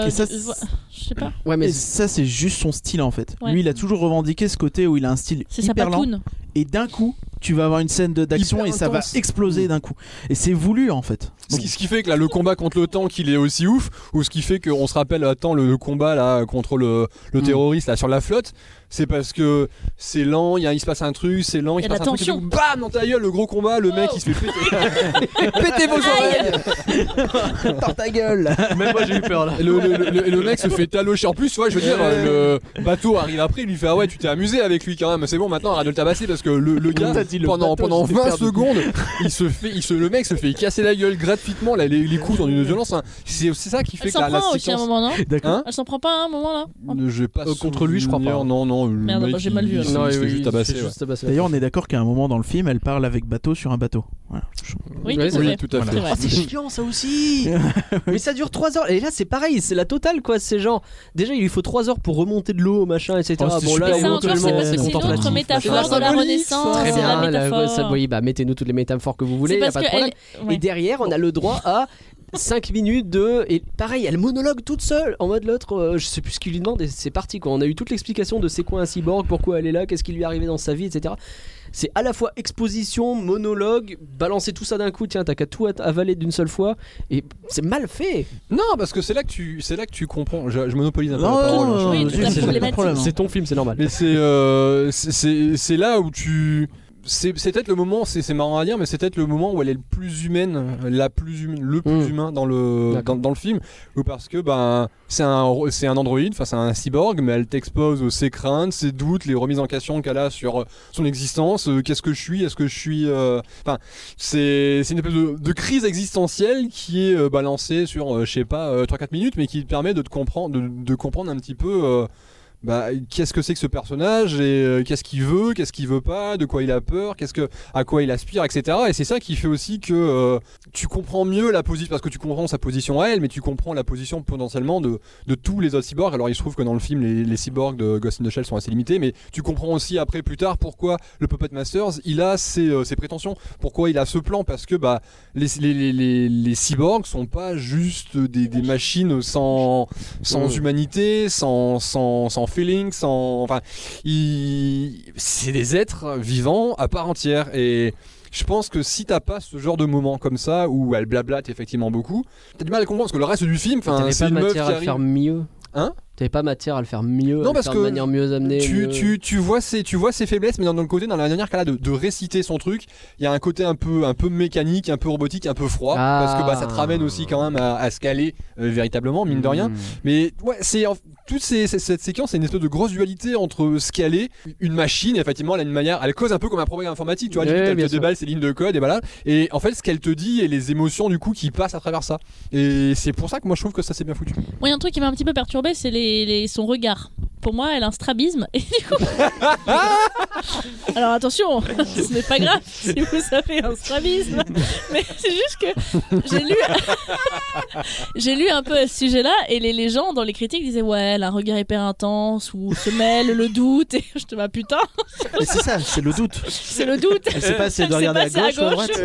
Je sais pas. Ouais, mais Et ça, c'est juste son style en fait. Ouais. Lui, il a toujours revendiqué ce côté où il a un style C'est sa hyper lent. papoune. Et d'un coup, tu vas avoir une scène d'action Hyper et ça va intense. exploser d'un coup. Et c'est voulu en fait. Ce qui fait que là, le combat contre le tank il est aussi ouf, ou ce qui fait qu'on se rappelle le combat là contre le terroriste là sur la flotte, c'est parce que c'est lent, il se passe un truc, c'est lent, il se Y a passe de un la truc, et tension. donc, bam dans ta gueule, le gros combat, le mec il se fait péter, pétez vos oreilles. Par ta gueule. même moi j'ai eu peur là. Et le mec se fait talocher. En plus, tu vois, je veux dire, le bateau arrive après, il lui fait ah ouais, tu t'es amusé avec lui quand même. C'est bon, maintenant arrête de le tabasser parce que le gars T'as dit le pendant bateau, j'étais 20 perdu. secondes, le mec se fait casser la gueule gratuitement. Là, les coups dans une violence. Hein. C'est ça qui fait Elle que s'en la prend aussi à un séquence. moment, non D'accord. Hein Elle s'en prend pas à un moment là J'ai pas contre lui, je crois souvenir. pas. Non. Merde, le mec, j'ai mal vu, il alors. se Non, fait oui, juste tabasser. Ouais. D'ailleurs, on est d'accord qu'à un moment dans le film, elle parle avec bateau sur un bateau. Voilà. Oui, Ouais, tout à Oui, fait. tout à fait. C'est vrai. Ah, c'est chiant ça aussi. Mais ça dure 3 heures. Et là c'est pareil, c'est la totale quoi. C'est genre déjà il lui faut 3 heures pour remonter de l'eau machin etc. Oh, c'était bon là super Mais ça beau, encore, c'est parce que c'est une contemplatif. autre métaphore C'est de la symbolique, Renaissance. très C'est la bien. métaphore. Oui bah mettez-nous toutes les métaphores que vous voulez. C'est Y a parce pas de que problème. elle. Et derrière on a le droit à 5 minutes de. Et pareil, elle monologue toute seule. En mode l'autre, je sais plus ce qu'il lui demande et c'est parti quoi. On a eu toute l'explication de c'est quoi un cyborg, pourquoi elle est là, qu'est-ce qui lui est arrivé dans sa vie, etc. C'est à la fois exposition, monologue, balancer tout ça d'un coup, tiens, t'as qu'à tout avaler d'une seule fois. Et c'est mal fait. Non, parce que c'est là que tu comprends. Je monopolise un peu Non, la parole. non, Oui, non, tout à fait c'est problématique. pas de problème. C'est ton film, c'est normal. Mais c'est là où tu. C'est peut-être le moment, c'est marrant à dire, mais c'est peut-être le moment où elle est le plus humaine, le plus humain dans le film, ou parce que c'est un androïde, enfin c'est un cyborg, mais elle t'expose ses craintes, ses doutes, les remises en question qu'elle a sur son existence. Qu'est-ce que je suis ? Est-ce que je suis Enfin, c'est une espèce de crise existentielle qui est balancée sur je sais pas 3-4 minutes, mais qui te permet de comprendre un petit peu. Qu'est-ce que c'est que ce personnage et qu'est-ce qu'il veut pas, de quoi il a peur, à quoi il aspire, etc. Et c'est ça qui fait aussi que tu comprends mieux la position, parce que tu comprends sa position à elle, mais tu comprends la position potentiellement de tous les autres cyborgs. Alors il se trouve que dans le film, les cyborgs de Ghost in the Shell sont assez limités, mais tu comprends aussi après, plus tard, pourquoi le Puppet Masters, il a ses prétentions, pourquoi il a ce plan, parce que les cyborgs sont pas juste des machines sans humanité, sans feeling, c'est des êtres vivants à part entière. Et je pense que si t'as pas ce genre de moment comme ça où elle blablate effectivement beaucoup, t'as du mal à comprendre parce que le reste du film, c'est une meuf qui à le faire arrive. mieux. Hein ? T'avais pas matière à le faire mieux, Non, à le parce faire que de manière mieux amenée. Tu vois ses faiblesses, mais dans le côté, dans la manière qu'elle a de réciter son truc, il y a un côté un peu mécanique, un peu robotique, un peu froid, parce que ça te ramène aussi quand même à se caler véritablement, mine de rien. Mais ouais, cette séquence, c'est une espèce de grosse dualité entre ce qu'elle est, une machine, effectivement, elle a une manière, elle cause un peu comme un problème informatique, tu vois, elle te déballe ses lignes de code et voilà. Et en fait, ce qu'elle te dit et les émotions du coup qui passent à travers ça. Et c'est pour ça que moi je trouve que ça c'est bien foutu. Moi, il y a un truc qui m'a un petit peu perturbé, c'est son regard. Pour moi, elle a un strabisme et du coup. Alors attention, ce n'est pas grave si vous avez un strabisme, mais c'est juste que j'ai lu un peu à ce sujet-là et les gens dans les critiques disaient ouais, elle a un regard hyper intense où se mêle le doute et je te dis putain. Mais c'est ça, c'est le doute. C'est le doute. Elle sait pas si elle doit regarder à gauche ou à droite.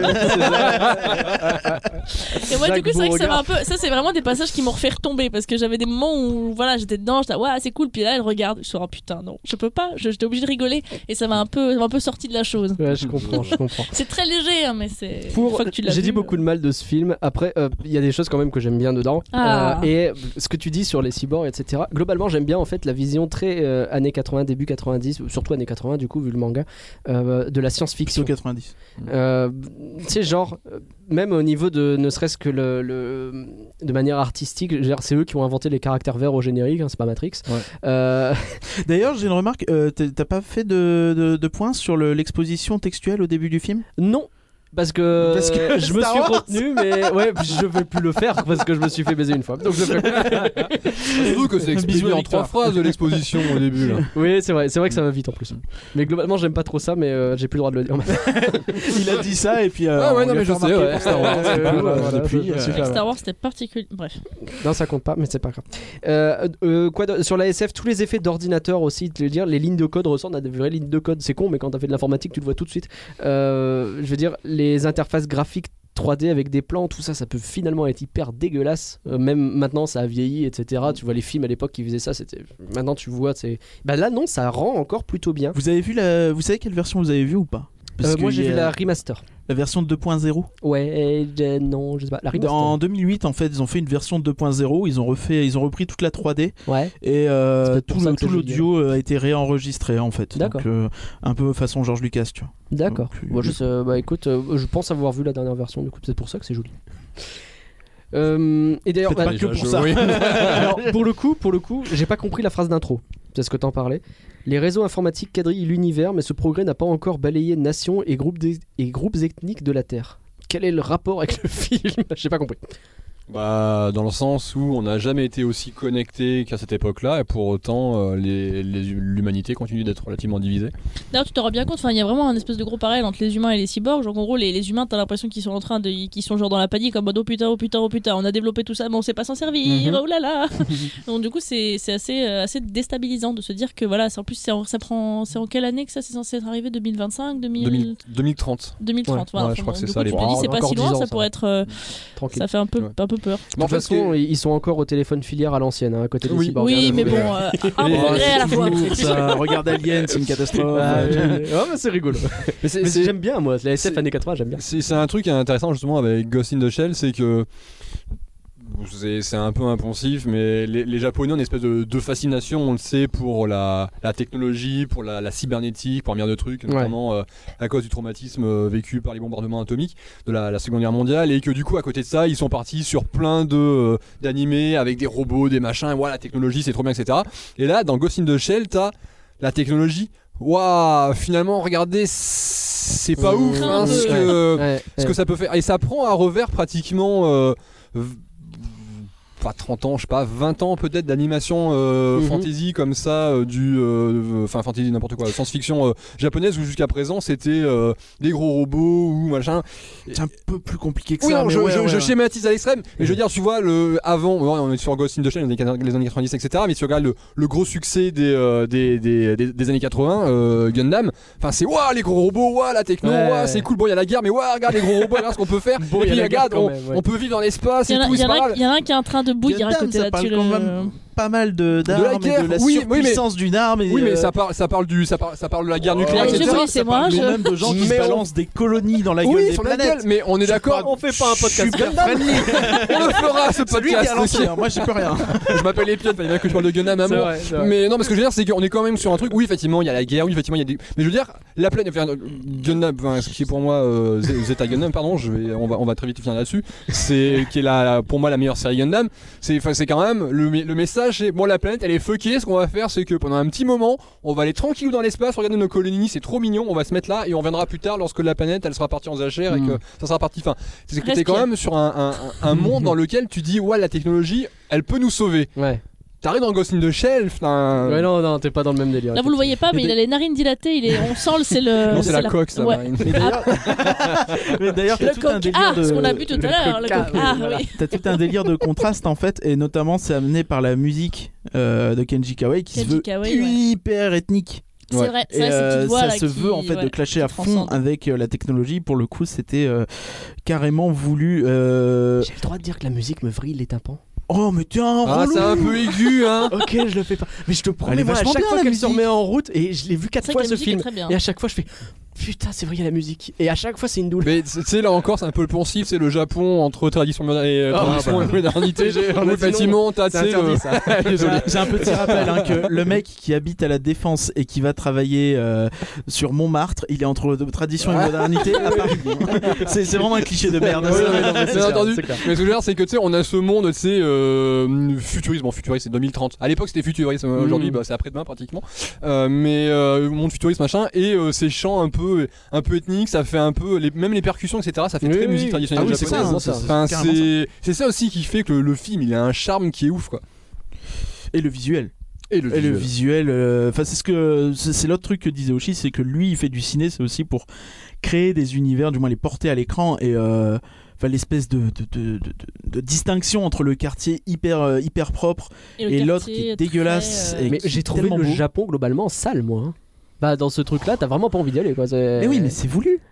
Et moi, du coup, c'est vrai que ça Beauregard. m'a un peu. Ça, c'est vraiment des passages qui m'ont refait retomber parce que j'avais des moments où voilà, j'étais dedans, j'étais ouais, c'est cool, puis là, elle regarde, je suis oh putain, non, je peux pas, j'étais obligée de rigoler et ça m'a un peu sorti de la chose. Ouais, je comprends. C'est très léger, hein, mais c'est. Une fois que tu l'as J'ai vu, dit beaucoup de mal de ce film. Après, il y a des choses quand même que j'aime bien dedans. Ah. Et ce que tu dis sur les cyborgs, etc. Globalement, j'aime bien en fait la vision très années 80, début 90, surtout années 80 du coup vu le manga, de la science-fiction. 90. Tu sais genre même au niveau de ne serait-ce que de manière artistique, c'est eux qui ont inventé les caractères verts au générique, hein, c'est pas Matrix. Ouais. D'ailleurs, j'ai une remarque, t'as pas fait de points sur l'exposition textuelle au début du film ? Non. Parce que je me Star suis Wars. retenu, mais ouais, je vais plus le faire parce que je me suis fait baiser une fois. Donc je fais plus. Surtout que c'est exprimé Bisous à en 3 Victoire. phrases de l'exposition au début là. Oui, c'est vrai que ça va vite en plus. Mais globalement, j'aime pas trop ça, mais j'ai plus le droit de le dire. Il a dit ça et puis. Ah ouais, on non, lui a mais je fait sais, remarquer ouais. pour Star Wars. Voilà, Depuis, je suis Avec Star Wars, c'était particulier. Bref. Non, ça compte pas, mais c'est pas grave. Sur la SF, tous les effets d'ordinateur aussi, te le dire, les lignes de code ressemblent à des vraies lignes de code. C'est con, mais quand t'as fait de l'informatique, tu le vois tout de suite. Je veux dire, les interfaces graphiques 3D avec des plans, tout ça, ça peut finalement être hyper dégueulasse. Même maintenant, ça a vieilli, etc. Tu vois les films à l'époque qui faisaient ça, c'était. Maintenant, tu vois, c'est. Bah là, non, ça rend encore plutôt bien. Vous avez vu vous savez quelle version vous avez vu ou pas? Moi, j'ai vu la remaster. La version 2.0. Ouais, non, je sais pas. La remaster. En 2008, en fait, ils ont fait une version 2.0. Ils ont repris toute la 3D. Ouais. Et tout le l'audio a été réenregistré en fait. D'accord. Donc, un peu façon George Lucas, tu vois. D'accord. Donc, Moi, écoute, je pense avoir vu la dernière version. Du coup, c'est pour ça que c'est joli. Et d'ailleurs, Peut-être pas que pour ça. Oui. alors, pour le coup, j'ai pas compris la phrase d'intro. C'est ce que t'en parlais. Les réseaux informatiques quadrillent l'univers, mais ce progrès n'a pas encore balayé nations et groupes ethniques de la Terre. Quel est le rapport avec le film? J'ai pas compris. Bah, dans le sens où on n'a jamais été aussi connecté qu'à cette époque-là, et pour autant, l'humanité continue d'être relativement divisée. D'ailleurs, tu te rends bien compte, il y a vraiment un espèce de gros parallèle entre les humains et les cyborgs. Genre, en gros, les humains, t'as l'impression qu'ils sont qu'ils sont genre dans la panique, en mode oh putain, on a développé tout ça, mais on sait pas s'en servir, oh là là. Donc, du coup, c'est assez déstabilisant de se dire que voilà, en plus, c'est en quelle année que ça c'est censé être arrivé? 2025 2030. 2030, voilà. Ouais, je crois que c'est du ça, coup, tu les te dis, c'est pas si loin, ans, ça pourrait être. Tranquille. Ça fait un peu peur. De toute façon, ils sont encore au téléphone filière à l'ancienne, à côté des cyborgs. Oui, mais bon, un progrès à la fois. Ça, regarde Alien, c'est une catastrophe. Ouais, mais c'est rigolo. mais j'aime bien, moi, la SF années 80, j'aime bien. C'est un truc intéressant justement avec Ghost in the Shell, c'est que c'est un peu impensif, mais les Japonais ont une espèce de fascination, on le sait, pour la technologie, pour la cybernétique, pour un milliard de trucs, notamment à cause du traumatisme vécu par les bombardements atomiques de la Seconde Guerre mondiale, et que du coup, à côté de ça, ils sont partis sur plein d'animés avec des robots, des machins, et voilà, la technologie, c'est trop bien, etc. Et là, dans Ghost in the Shell, t'as la technologie. Waouh, finalement, regardez, c'est pas ouf ce que ça peut faire. Et ça prend à revers pratiquement. Pas 30 ans, je sais pas, 20 ans peut-être d'animation fantasy comme ça, fantasy n'importe quoi, science-fiction japonaise, où jusqu'à présent c'était des gros robots ou machin. C'est un peu plus compliqué que oui, ça. Non, je schématise à l'extrême, mais je veux dire, tu vois, avant, on est sur Ghost in the Shell, les années 90, etc., mais si tu regardes le gros succès des années 80, Gundam, enfin c'est waouh les gros robots, waouh la techno, waouh c'est cool, bon il y a la guerre, mais waouh regarde les gros robots, regarde ce qu'on peut faire, et puis regarde, on peut vivre dans l'espace et tout, c'est pas grave. Il y en a un qui est en train de bouillir à côté là-dessus. Pas mal d'armes et de la surpuissance d'une arme. Oui, mais ça parle de la guerre nucléaire, etc. C'est moi, mais même de gens qui se balancent des colonies dans la gueule des planètes. Mais on est d'accord. On fait pas un podcast Gundam. On le fera ce podcast. Moi j'ai plus rien. Je m'appelle Epion, fallait bien que je parle de Gundam à moi. Mais non, mais ce que je veux dire, c'est qu'on est quand même sur un truc. Oui, effectivement, il y a la guerre. Oui, effectivement, il y a des. Mais je veux dire, la planète. Gundam, ce qui est pour moi Zeta Gundam, pardon. On va très vite finir là-dessus. C'est qui est pour moi la meilleure série Gundam. C'est quand même le message. C'est bon, la planète elle est fuckée. Ce qu'on va faire, c'est que pendant un petit moment, on va aller tranquillou dans l'espace, regarder nos colonies. C'est trop mignon. On va se mettre là et on viendra plus tard lorsque la planète elle sera partie en jachère et que ça sera parti. Enfin, t'es quand même sur un monde dans lequel tu dis ouais, la technologie, elle peut nous sauver. Ouais. T'arrives dans Ghost in the Shell, ouais, non, t'es pas dans le même délire. Là, vous le voyez pas, mais il a les narines dilatées. On sent c'est le. Non, c'est la coque, ça. Ouais. Mais d'ailleurs, t'as tout un délire de. Ce qu'on a vu tout à l'heure. Oui. T'as tout un délire de contraste en fait, et notamment c'est amené par la musique de Kenji Kawai qui se veut hyper ethnique. C'est vrai, cette voix, ça se veut en fait de clasher à fond avec la technologie. Pour le coup, c'était carrément voulu. J'ai le droit de dire que la musique me vrille les tympans. Oh mais tiens, c'est un peu aigu hein. Ok, je le fais pas. Mais je te promets, moi, à chaque fois qu'elle se remet en route, et je l'ai vu 4 fois ce film, et à chaque fois je fais putain, c'est vrai, il y a la musique. Et à chaque fois, c'est une douleur. Mais tu sais, là encore, c'est un peu le poncif, c'est le Japon entre tradition et modernité. Effectivement, t'as désolé. J'ai un petit rappel que le mec qui habite à la Défense et qui va travailler sur Montmartre, il est entre tradition et modernité à Paris. C'est vraiment un cliché de merde. Bien entendu. Mais ce que je veux dire, c'est que tu sais, on a ce monde, tu sais, futurisme. Bon, futuriste, c'est 2030. À l'époque, c'était futurisme. Aujourd'hui, c'est après-demain pratiquement. Mais monde futuriste, machin, et ces chants un peu ethnique, ça fait un peu même les percussions, etc. Ça fait très musique traditionnelle japonaise. C'est ça aussi qui fait que le film il a un charme qui est ouf quoi. Et le visuel. Et le visuel, c'est l'autre truc que disait Oshi, c'est que lui il fait du ciné, c'est aussi pour créer des univers, du moins les porter à l'écran, et l'espèce de distinction entre le quartier hyper propre et l'autre qui est dégueulasse. Mais j'ai trouvé le Japon globalement sale, moi. Bah dans ce truc là t'as vraiment pas envie d'y aller quoi. Mais oui, mais c'est voulu.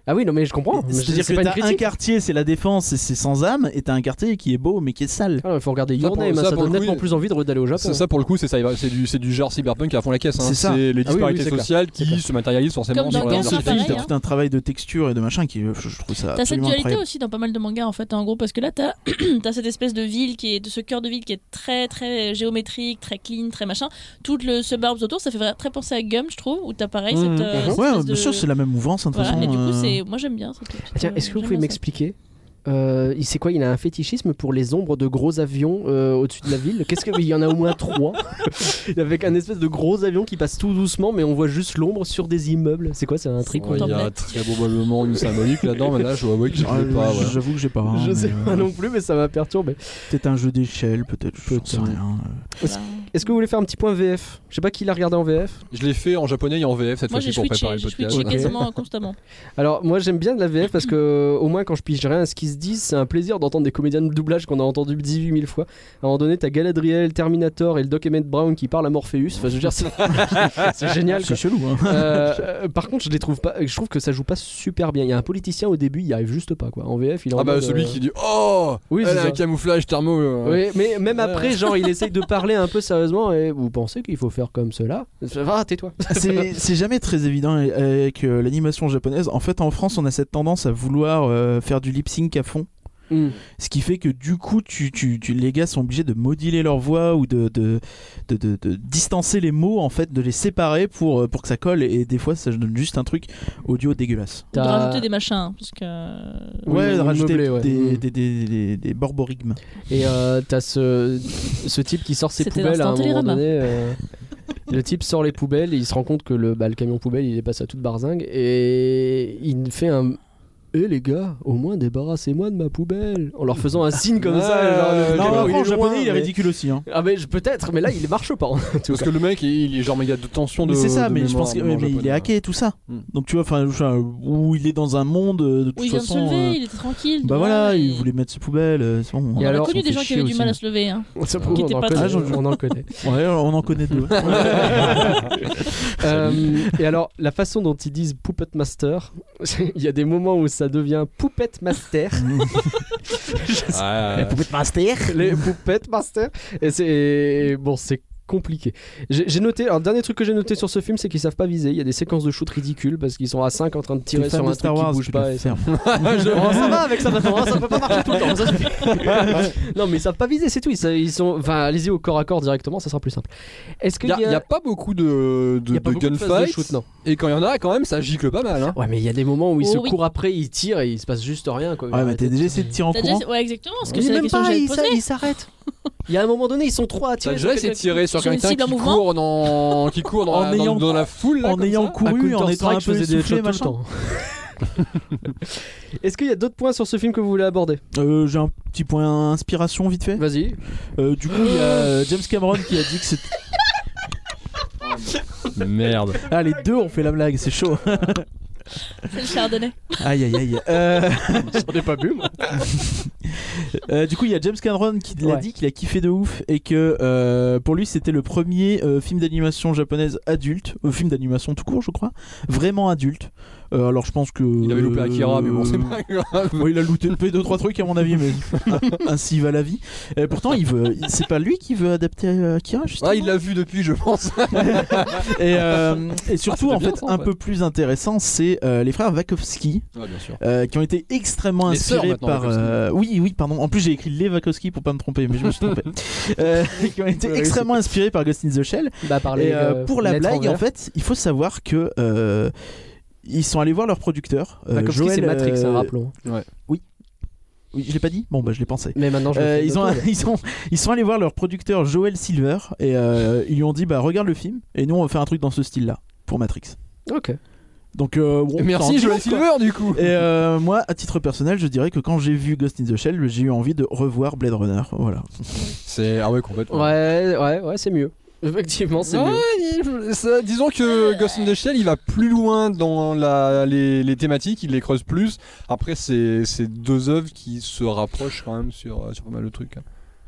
Ah oui, non mais je comprends. C'est-à-dire C'est que pas une t'as un critique. quartier, c'est la défense et c'est sans âme, et t'as un quartier qui est beau mais qui est sale. Il faut regarder Ça, Your pour- Name, ça, ça pour donne le coup, nettement plus envie d'aller au Japon. Ça pour le coup c'est du genre cyberpunk à fond la caisse. Hein. C'est ça. C'est les Ah oui, disparités c'est clair. sociales C'est clair. qui se matérialisent forcément Comme sur dans la Gantz, ce c'est film, pareil, t'as hein. tout un travail de texture et de machin qui, je trouve ça T'as cette absolument dualité incroyable. aussi dans pas mal de mangas en fait. En gros, parce que là, t'as cette espèce de ville de ce cœur de ville qui est très très géométrique, très clean, très machin. Tout le suburbs autour, ça fait très penser à Gum, je trouve, où t'as pareil cette. cette Ouais, espèce bien sûr, c'est la même mouvance hein, de toute Voilà, et du façon. coup, moi j'aime bien. Tiens, est-ce que vous j'aime pouvez bien ça. m'expliquer c'est quoi, il a un fétichisme pour les ombres de gros avions au-dessus de la ville. Il y en a au moins 3 avec un espèce de gros avion qui passe tout doucement, mais on voit juste l'ombre sur des immeubles. C'est quoi, c'est un trick Ouais, il y a Template. très probablement une symbolique là-dedans, mais là je dois avouer que je Ah, l'ai pas. Ouais. J'avoue que j'ai pas. hein, Je sais mais, pas non plus, mais ça m'a perturbé. Peut-être un jeu d'échelle, peut-être. Je sais Peut-être. rien. Voilà. Est-ce que vous voulez faire un petit point VF? Je sais pas qui l'a regardé en VF. Je l'ai fait en japonais et en VF cette Moi j'ai fois-ci pour switché, préparer le podcast. j'ai quasiment constamment. Alors moi j'aime bien de la VF parce que au moins quand je pige rien à ce qu'ils se disent, c'est un plaisir d'entendre des comédiens de doublage qu'on a entendu 18 000 fois. À un moment donné, t'as Galadriel, Terminator et le Doc Emmett Brown qui parlent à Morpheus. Enfin, je veux dire, c'est génial. C'est Quoi. chelou. Hein. Par contre, je trouve que ça joue pas super bien. Il y a un politicien au début, il y arrive juste pas quoi. En VF, il est en Ah bah mode, celui qui dit oh Oui, elle c'est a ça. un camouflage thermo. Oui, mais même après, genre, il essaye de parler un peu sérieusement et vous pensez qu'il faut faire comme cela? Ah, tais-toi. C'est jamais très évident avec l'animation japonaise. En fait, en France, on a cette tendance à vouloir faire du lip sync à fond. Ce qui fait que du coup, les gars sont obligés de moduler leur voix ou de distancer les mots, en fait, de les séparer pour que ça colle. Et des fois, ça donne juste un truc audio dégueulasse. De rajouter des machins, hein, parce que. Ouais, de rajouter meubler, ouais. des borborigmes. Et t'as ce type qui sort ses C'était poubelles à un l'instant moment Télérama. donné. Le type sort les poubelles et il se rend compte que le camion poubelle il est passé à toute barzingue et il fait un les gars, au moins débarrassez-moi de ma poubelle en leur faisant un signe comme ça. Genre, Non, camion, après, il en est loin, japonais, il est mais- ridicule aussi. Hein. Ah mais peut-être, mais là il marche pas. En tout Parce cas. que le mec il est genre méga de tension de. Mais c'est ça, de mais je mémoire, pense qu'il mémoire il est japonaise. hacké et tout ça. Hmm. Donc tu vois, enfin, où il est dans un monde de Où toute il vient de se façon. lever, il était tranquille. Bah tu voilà, vois, il et- voulait mettre ses poubelles. C'est bon. On Et a alors, connu on des fait gens qui chier avaient du mal à aussi. se lever. Hein. Ça, Qui était on en pas connaît, très- on en connaît. Ouais, on en connaît deux. Et alors, la façon dont ils disent Puppet Master, il y a des moments où ça devient Puppet Master. Ouais. Master. Les Puppet Master. Et c'est. Bon, c'est compliqué. J'ai noté. Alors, le dernier truc que j'ai noté sur ce film, c'est qu'ils savent pas viser. Il y a des séquences de shoot ridicules parce qu'ils sont à 5 en train de tirer T'es fan sur de un Star truc Wars, qui bouge tu pas. le Et ça... fermes. Oh, ça va avec ça maintenant, hein, ça peut pas marcher tout le temps. Ça suffit. Non, mais ils savent pas viser, c'est tout. Ils sont. Enfin, allez-y au corps à corps directement, ça sera plus simple. Est-ce qu'il Il y a pas beaucoup de il y a pas beaucoup de phases de gunfights, shoot, non. et quand il y en a, quand même, ça gicle pas mal. Hein. Ouais, mais il y a des moments où ils Oh, se oui. courent après, ils tirent et il se passe juste rien. Quoi. Ouais, mais t'as déjà essayé de tirer en T'as courant. déjà- Ouais, exactement, parce que Il c'est la même question que pas, j'allais il te poser. s'arrête. Il y a un moment donné, ils sont trois à T'as tirer. déjà essayé de tirer sur Sur une quelqu'un cible en qui mouvement court dans, qui court dans, En la, ayant- dans la foule là, En comme ayant ça couru, en étant un je peu faisais des essoufflé, shots tout le machin. temps. Est-ce qu'il y a d'autres points sur ce film que vous voulez aborder? J'ai un petit point inspiration vite fait. Vas-y. Du coup, il y a James Cameron qui a dit que c'était. Merde. Ah, les deux ont fait la blague, c'est chaud. C'est le chardonnay. Aïe aïe aïe. J'en ai pas bu, moi. Du coup, il y a James Cameron qui l'a Ouais. dit qu'il a kiffé de ouf et que pour lui c'était le premier film d'animation japonaise adulte, film d'animation tout court, je crois, vraiment adulte. Alors je pense que Il avait loupé Akira, mais bon, c'est pas grave. Ouais, il a loupé 2-3 trucs à mon avis, mais ainsi va la vie. Pourtant, c'est pas lui qui veut adapter Akira, justement. Ah, il l'a vu depuis, je pense. Et surtout, c'était en bien fait, ça, en un fait. peu plus intéressant, c'est les frères Wachowski. Ouais, bien sûr. Qui ont été extrêmement Les sœurs, inspirés maintenant, par. Wachowski. Oui, pardon. En plus, j'ai écrit les Wachowski pour pas me tromper, mais je me suis trompé. Qui ont été extrêmement inspirés par Ghost in the Shell. Bah, par Et les, pour la lettres blague, vert. en fait, il faut savoir que ils sont allés voir leur producteur. Wachowski, Joël, c'est Matrix, hein, rappelons. Oui, je l'ai pas dit. Bon, bah, je l'ai pensé. Mais maintenant, je le fais Ils sont allés voir leur producteur Joel Silver et ils lui ont dit bah regarde le film et nous on va faire un truc dans ce style-là pour Matrix. Ok. Donc bon, ça en Merci dit Joel long, quoi. Silver du coup. Et moi, à titre personnel, je dirais que quand j'ai vu Ghost in the Shell, j'ai eu envie de revoir Blade Runner. Voilà. C'est ah ouais complètement. Ouais, c'est mieux. Effectivement, c'est mieux. Disons que Ghost in the Shell il va plus loin dans les thématiques, il les creuse plus. Après c'est deux œuvres qui se rapprochent quand même sur pas mal de trucs. Hein.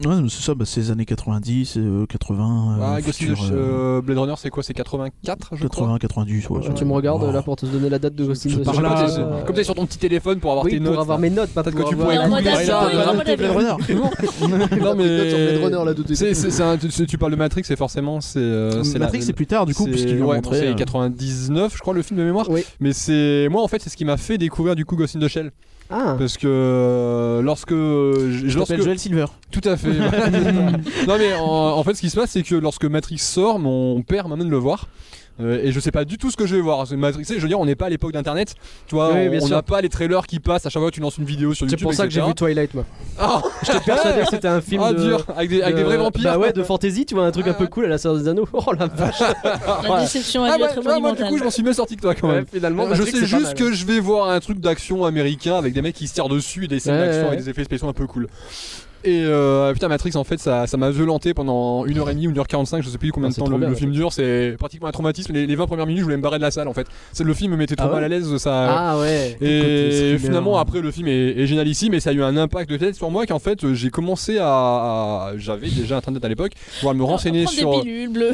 Ouais, c'est ça, c'est les années 90, 80. Ghost in the Shell, Blade Runner, c'est quoi? C'est 84, je crois. 80, 90, ouais. Tu me regardes là pour te donner la date de Ghost in the par Shell. là, Comme t'es sur ton petit téléphone pour avoir tes notes. Pour avoir mes notes, pas peut-être pour que tu avoir pourrais la googler date. ça, Blade Runner. Non mais sur Blade Runner là tout de suite. tu parles de Matrix et forcément c'est Matrix, c'est plus tard du coup, puisqu'ils l'ont montré. C'est 99, je crois, le film de mémoire. Oui. Mais c'est moi en fait, c'est ce qui m'a fait découvrir du coup Ghost in the Shell. Ah. Parce que lorsque Joel Silver. Tout à fait. Non mais en fait, ce qui se passe, c'est que lorsque Matrix sort, mon père m'amène le voir. Et je sais pas du tout ce que je vais voir. Matrix, je veux dire, on n'est pas à l'époque d'internet. Tu vois, on n'a pas les trailers qui passent à chaque fois que tu lances une vidéo sur YouTube. C'est pour ça que j'ai vu Twilight, moi. Ah, j'étais persuadé que c'était un film dur avec des vrais vampires. Bah ouais, de fantasy, tu vois, un truc un peu cool à la Sœur des Anneaux. Oh la vache. La déception a dû être moi, monumentale. du coup, je m'en suis mieux sorti que toi quand même. Finalement, je sais juste que je vais voir un truc d'action américain avec des mecs qui se tirent dessus et des scènes d'action avec des effets spéciaux un peu cool. Et putain, Matrix, en fait, ça m'a violenté pendant 1h30 ou 1h45, je sais plus combien de temps le film dure. C'est pratiquement un traumatisme. Les 20 premières minutes, je voulais me barrer de la salle en fait. Le film me mettait trop mal à l'aise. Ah ouais. Et finalement, après, le film est génial ici, mais ça a eu un impact de tête sur moi qu'en fait, j'ai commencé à. J'avais déjà internet à l'époque, pouvoir me renseigner sur. Des pilules bleues.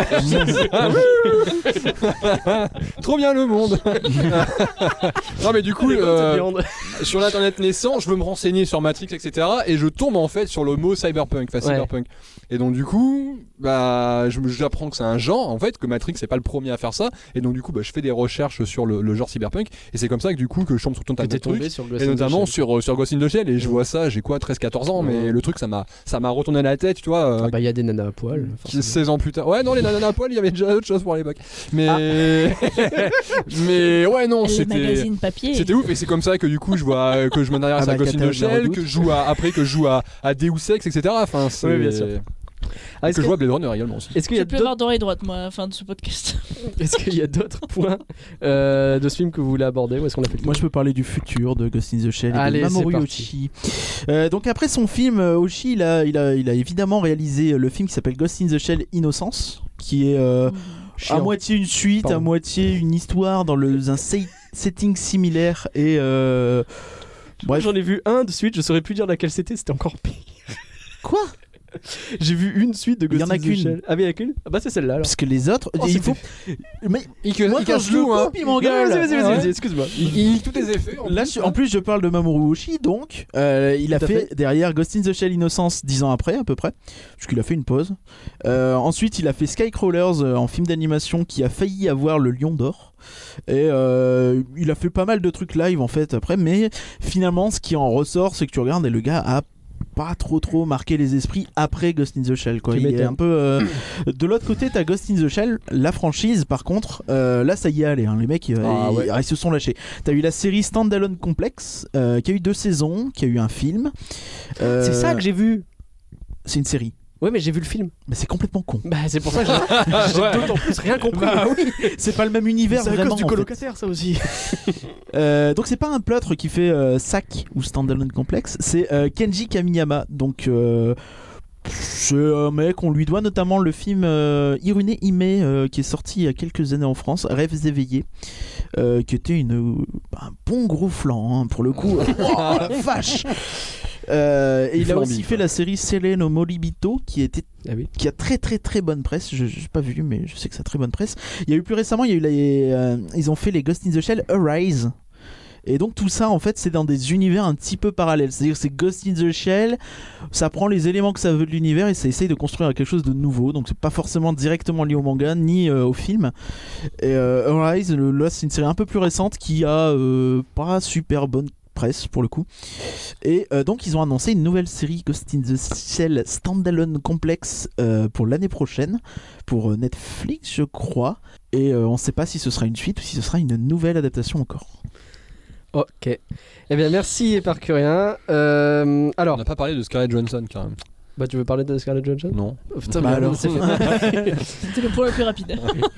Trop bien le monde. Non, mais du coup, sur l'internet naissant, je veux me renseigner sur Matrix, etc. Et je tombe en fait sur le mot cyberpunk, cyberpunk. Et donc du coup, j'apprends que c'est un genre en fait, que Matrix c'est pas le premier à faire ça. Et donc du coup, je fais des recherches sur le genre cyberpunk. Et c'est comme ça que du coup que je tombe sur ton tas de trucs, et notamment sur Ghost in the Shell. Et je vois ça, j'ai quoi, 13-14 ans, mais le truc ça m'a retourné la tête, tu vois. Il y a des nanas à poil. 16 ans plus tard. Ouais, non, les nanas à poil, il y avait déjà autre chose pour l'époque. Mais mais ouais, non, c'était ouf. Et c'est comme ça que du coup je vois que je m'intéresse à Ghost in the Shell, que je joue à Deus Ex, etc. Enfin, c'est bien sûr. Que je vois Blade Runner également aussi. Est-ce qu'il y a avoir d'oreille droite, moi, à la fin de ce podcast? Est-ce qu'il y a d'autres points de ce film que vous voulez aborder ou est-ce qu'on a fait Moi, je peux parler du futur de Ghost in the Shell et de Mamoru Oshii. Donc après son film, Oshii, il a évidemment réalisé le film qui s'appelle Ghost in the Shell Innocence, qui est à moitié une suite, à moitié une histoire dans un setting similaire et bref. J'en ai vu un de suite, je saurais plus dire laquelle c'était encore pire. Quoi? J'ai vu une suite de Ghost in the Shell. Ah, mais il y en a qu'une? Ah bah c'est celle-là alors. Parce que les autres, il faut. Mais moi quand je le coupe, il m'engueule. Vas-y, excuse-moi. Il nique tous les effets. Là, en plus, je parle de Mamoru Oshii, donc il a fait derrière Ghost in the Shell Innocence 10 ans après, à peu près, parce qu'il a fait une pause. Ensuite, il a fait Skycrawlers en film d'animation qui a failli avoir le Lion d'Or. Et il a fait pas mal de trucs live en fait après, mais finalement, ce qui en ressort, c'est que tu regardes et le gars a pas trop marqué les esprits après Ghost in the Shell, quoi. Il est un peu de l'autre côté, t'as Ghost in the Shell, la franchise par contre, là ça y est allé, hein, les mecs ils se sont lâchés. T'as eu la série Standalone Complex qui a eu 2 saisons, qui a eu un film. C'est ça que j'ai vu. C'est une série. Ouais, mais j'ai vu le film. Mais c'est complètement con. Bah c'est pour ça que j'ai d'autant plus rien compris. Bah oui, c'est pas le même univers. C'est à vraiment, cause du colocataire, ça aussi. Donc c'est pas un plâtre qui fait SAC ou Standalone Complex, c'est Kenji Kamiyama. Donc c'est un mec, on lui doit notamment le film Hirune Hime qui est sorti il y a quelques années en France, Rêves éveillés, qui était un bon gros flan hein, pour le coup. Oh, la vache. Et il a aussi fait la série Sele no Moribito qui a très bonne presse. Je n'ai pas vu, mais je sais que ça a très bonne presse. Il y a eu plus récemment, ils ont fait les Ghost in the Shell Arise. Et donc tout ça en fait c'est dans des univers un petit peu parallèles. C'est-à-dire que c'est Ghost in the Shell, ça prend les éléments que ça veut de l'univers et ça essaye de construire quelque chose de nouveau. Donc c'est pas forcément directement lié au manga ni au film. Et Arise, là c'est une série un peu plus récente qui a pas super bonne presse pour le coup. Et donc ils ont annoncé une nouvelle série Ghost in the Shell Standalone Complex pour l'année prochaine pour Netflix je crois. Et on sait pas si ce sera une suite ou si ce sera une nouvelle adaptation encore. Ok. Eh bien merci Éparcurien. Alors on n'a pas parlé de Scarlett Johansson quand même. Bah tu veux parler de Scarlett Johansson? Non. Oh, putain, bah alors c'était le point le plus rapide.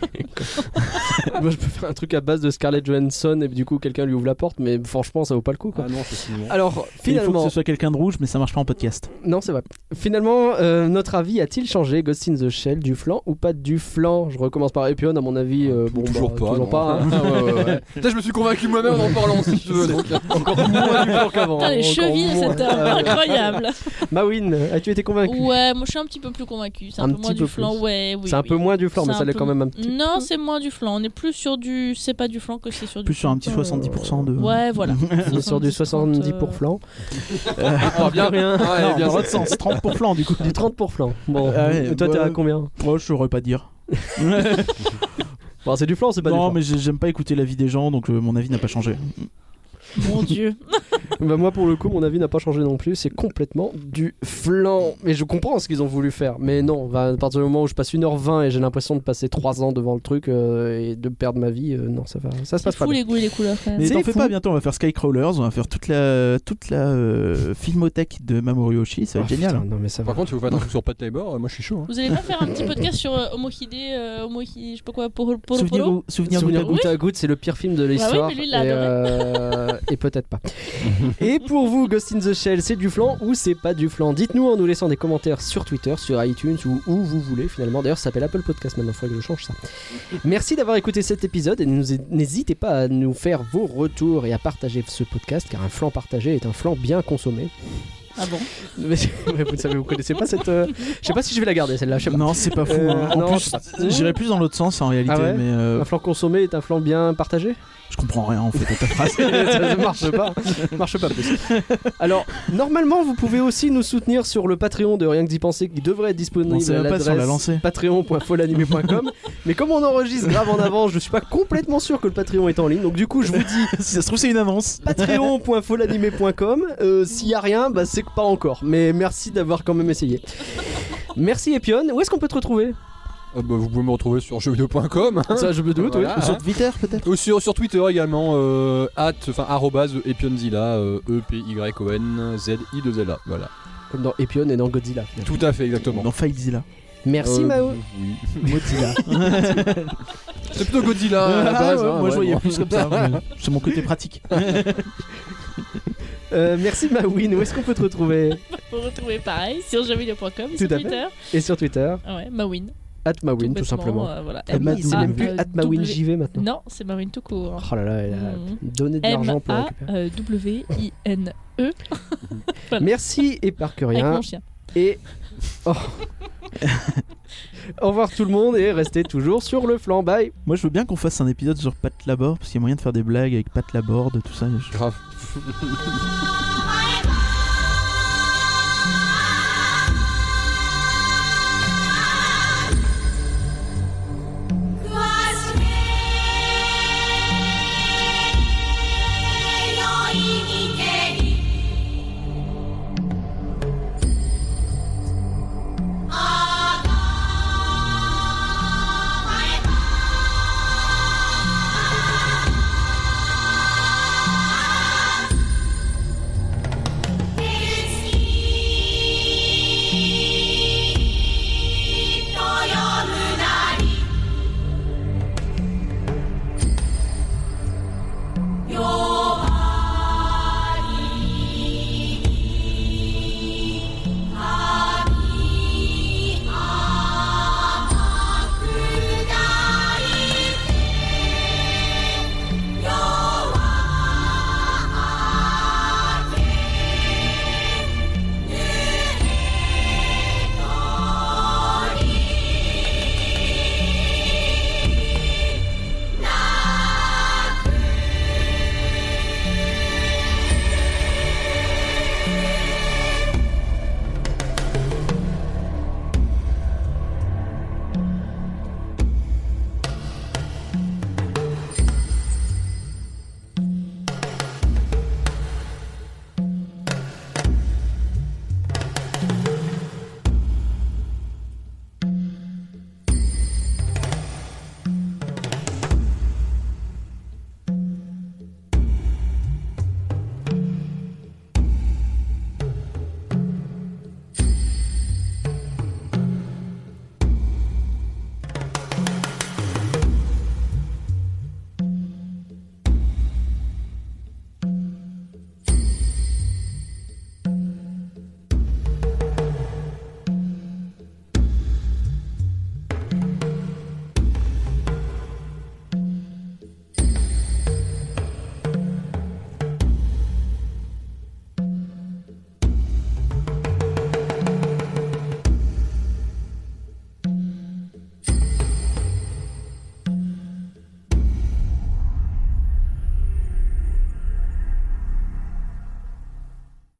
Moi je peux faire un truc à base de Scarlett Johansson et du coup quelqu'un lui ouvre la porte, mais franchement ça vaut pas le coup quoi. Ah non, c'est cinéma. Alors finalement, il faut que ce soit quelqu'un de rouge, mais ça marche pas en podcast. Non c'est vrai. Finalement notre avis a-t-il changé? Ghost in the Shell, du flan ou pas du flan? Je recommence par Epion, à mon avis toujours pas. Toujours pas hein. Ouais. Putain, je me suis convaincu moi-même en parlant si tu veux. Donc encore moins du flan qu'avant. Putain, les chevilles, c'est incroyable. Mawin, as-tu été convaincu. Ouais, moi je suis un petit peu plus convaincu. C'est un peu moins du flan. Ouais, oui. C'est un peu moins du flan, mais C'est ça un l'est peu- quand même un petit peu. Non, c'est moins du flan. On est plus sur du. C'est pas du flan que c'est sur du. Plus sur un petit 70% de. Ouais, voilà. On est sur du 70 pour flan. Ah, bien rien. Ouais, Non, bien dans l'autre sens, 30 pour flan du coup. Du 30 pour flan. Bon, Ah ouais, et toi t'es bah, à combien? Moi, je saurais pas dire. Bon, c'est du flan, c'est pas du Non, flan. mais j'aime pas écouter l'avis des gens, donc mon avis n'a pas changé. Mon dieu. Bah moi pour le coup mon avis n'a pas changé non plus, c'est complètement du flan. Mais je comprends ce qu'ils ont voulu faire, mais non, à partir du moment où je passe 1h20 et j'ai l'impression de passer 3 ans devant le truc et de perdre ma vie, non ça se C'est passe pas fou bien. les goûts et les couleurs quand même. Mais C'est t'en fais fou. pas, bientôt on va faire Skycrawlers, on va faire toute la filmothèque de Mamoru Oshii, ça va être génial. Putain, non mais ça va. Par contre, si vous faites un truc sur Pat Labor, moi je suis chaud. Hein. Vous allez pas faire un petit podcast sur Omohide, je sais pas quoi, Poro Souvenir Souvenir Goutte goutte à goutte, c'est le pire film de l'histoire. mais lui, il l'a et peut-être pas. Et pour vous, Ghost in the Shell, c'est du flan ou c'est pas du flan? Dites-nous en nous laissant des commentaires sur Twitter, sur iTunes ou où vous voulez finalement. D'ailleurs, ça s'appelle Apple Podcast maintenant, il faudrait que je change ça. Merci d'avoir écouté cet épisode et n'hésitez pas à nous faire vos retours et à partager ce podcast car un flan partagé est un flan bien consommé. Ah bon? Mais vous connaissez pas cette. Je sais pas si je vais la garder celle-là, je sais pas. Non, c'est pas fou. Hein. En non, plus, c'est pas- j'irais plus dans l'autre sens en réalité, Ah ouais mais Un flan consommé est un flan bien partagé? je comprends rien en fait à ta phrase. Ça marche pas. Marche pas plus. Alors, normalement, vous pouvez aussi nous soutenir sur le Patreon de Rien que d'y penser qui devrait être disponible On sait à même pas si on l'a l'adresse lancé. patreon.folanimé.com. Mais comme on enregistre grave en avance, je suis pas complètement sûr que le Patreon est en ligne. Donc du coup, je vous dis Si ça se trouve, c'est une annonce. patreon.folanimé.com. S'il y a rien, bah c'est que pas encore. Mais merci d'avoir quand même essayé. Merci Epion. Où est-ce qu'on peut te retrouver? Vous pouvez me retrouver sur jeuxvideo.com Ça, je me doute, oui. Voilà. Sur Twitter peut-être. Ou sur Twitter également, @epionzilla, EPYONZI2LA. Voilà. Comme dans Epion et dans Godzilla. finalement. Tout à fait, exactement. Dans FileZilla. Merci Mao. Oui. Mozilla. C'est plutôt Godzilla à la base. ouais, hein, moi je voyais bon. plus comme ça. mais C'est mon côté pratique. Merci Mawin. Où est-ce qu'on peut te retrouver? Vous retrouvez pareil sur jeuxvideo.com, Tout sur à fait. Twitter. Et sur Twitter? Ouais, Mawin. @Mawin, tout bêtement, simplement. voilà. Ah oui, c'est même plus W. @MawinJV maintenant. Non, c'est Mawin tout court. Oh là là, elle a Mhm. donné de l'argent pour récupérer. MAWINE. Voilà. Merci et par que Avec rien. mon chien. Et. Oh. Au revoir tout le monde et restez toujours sur le flanc. Bye. Moi je veux bien qu'on fasse un épisode sur Pat Laborde parce qu'il y a moyen de faire des blagues avec Pat Laborde, tout ça. Grave.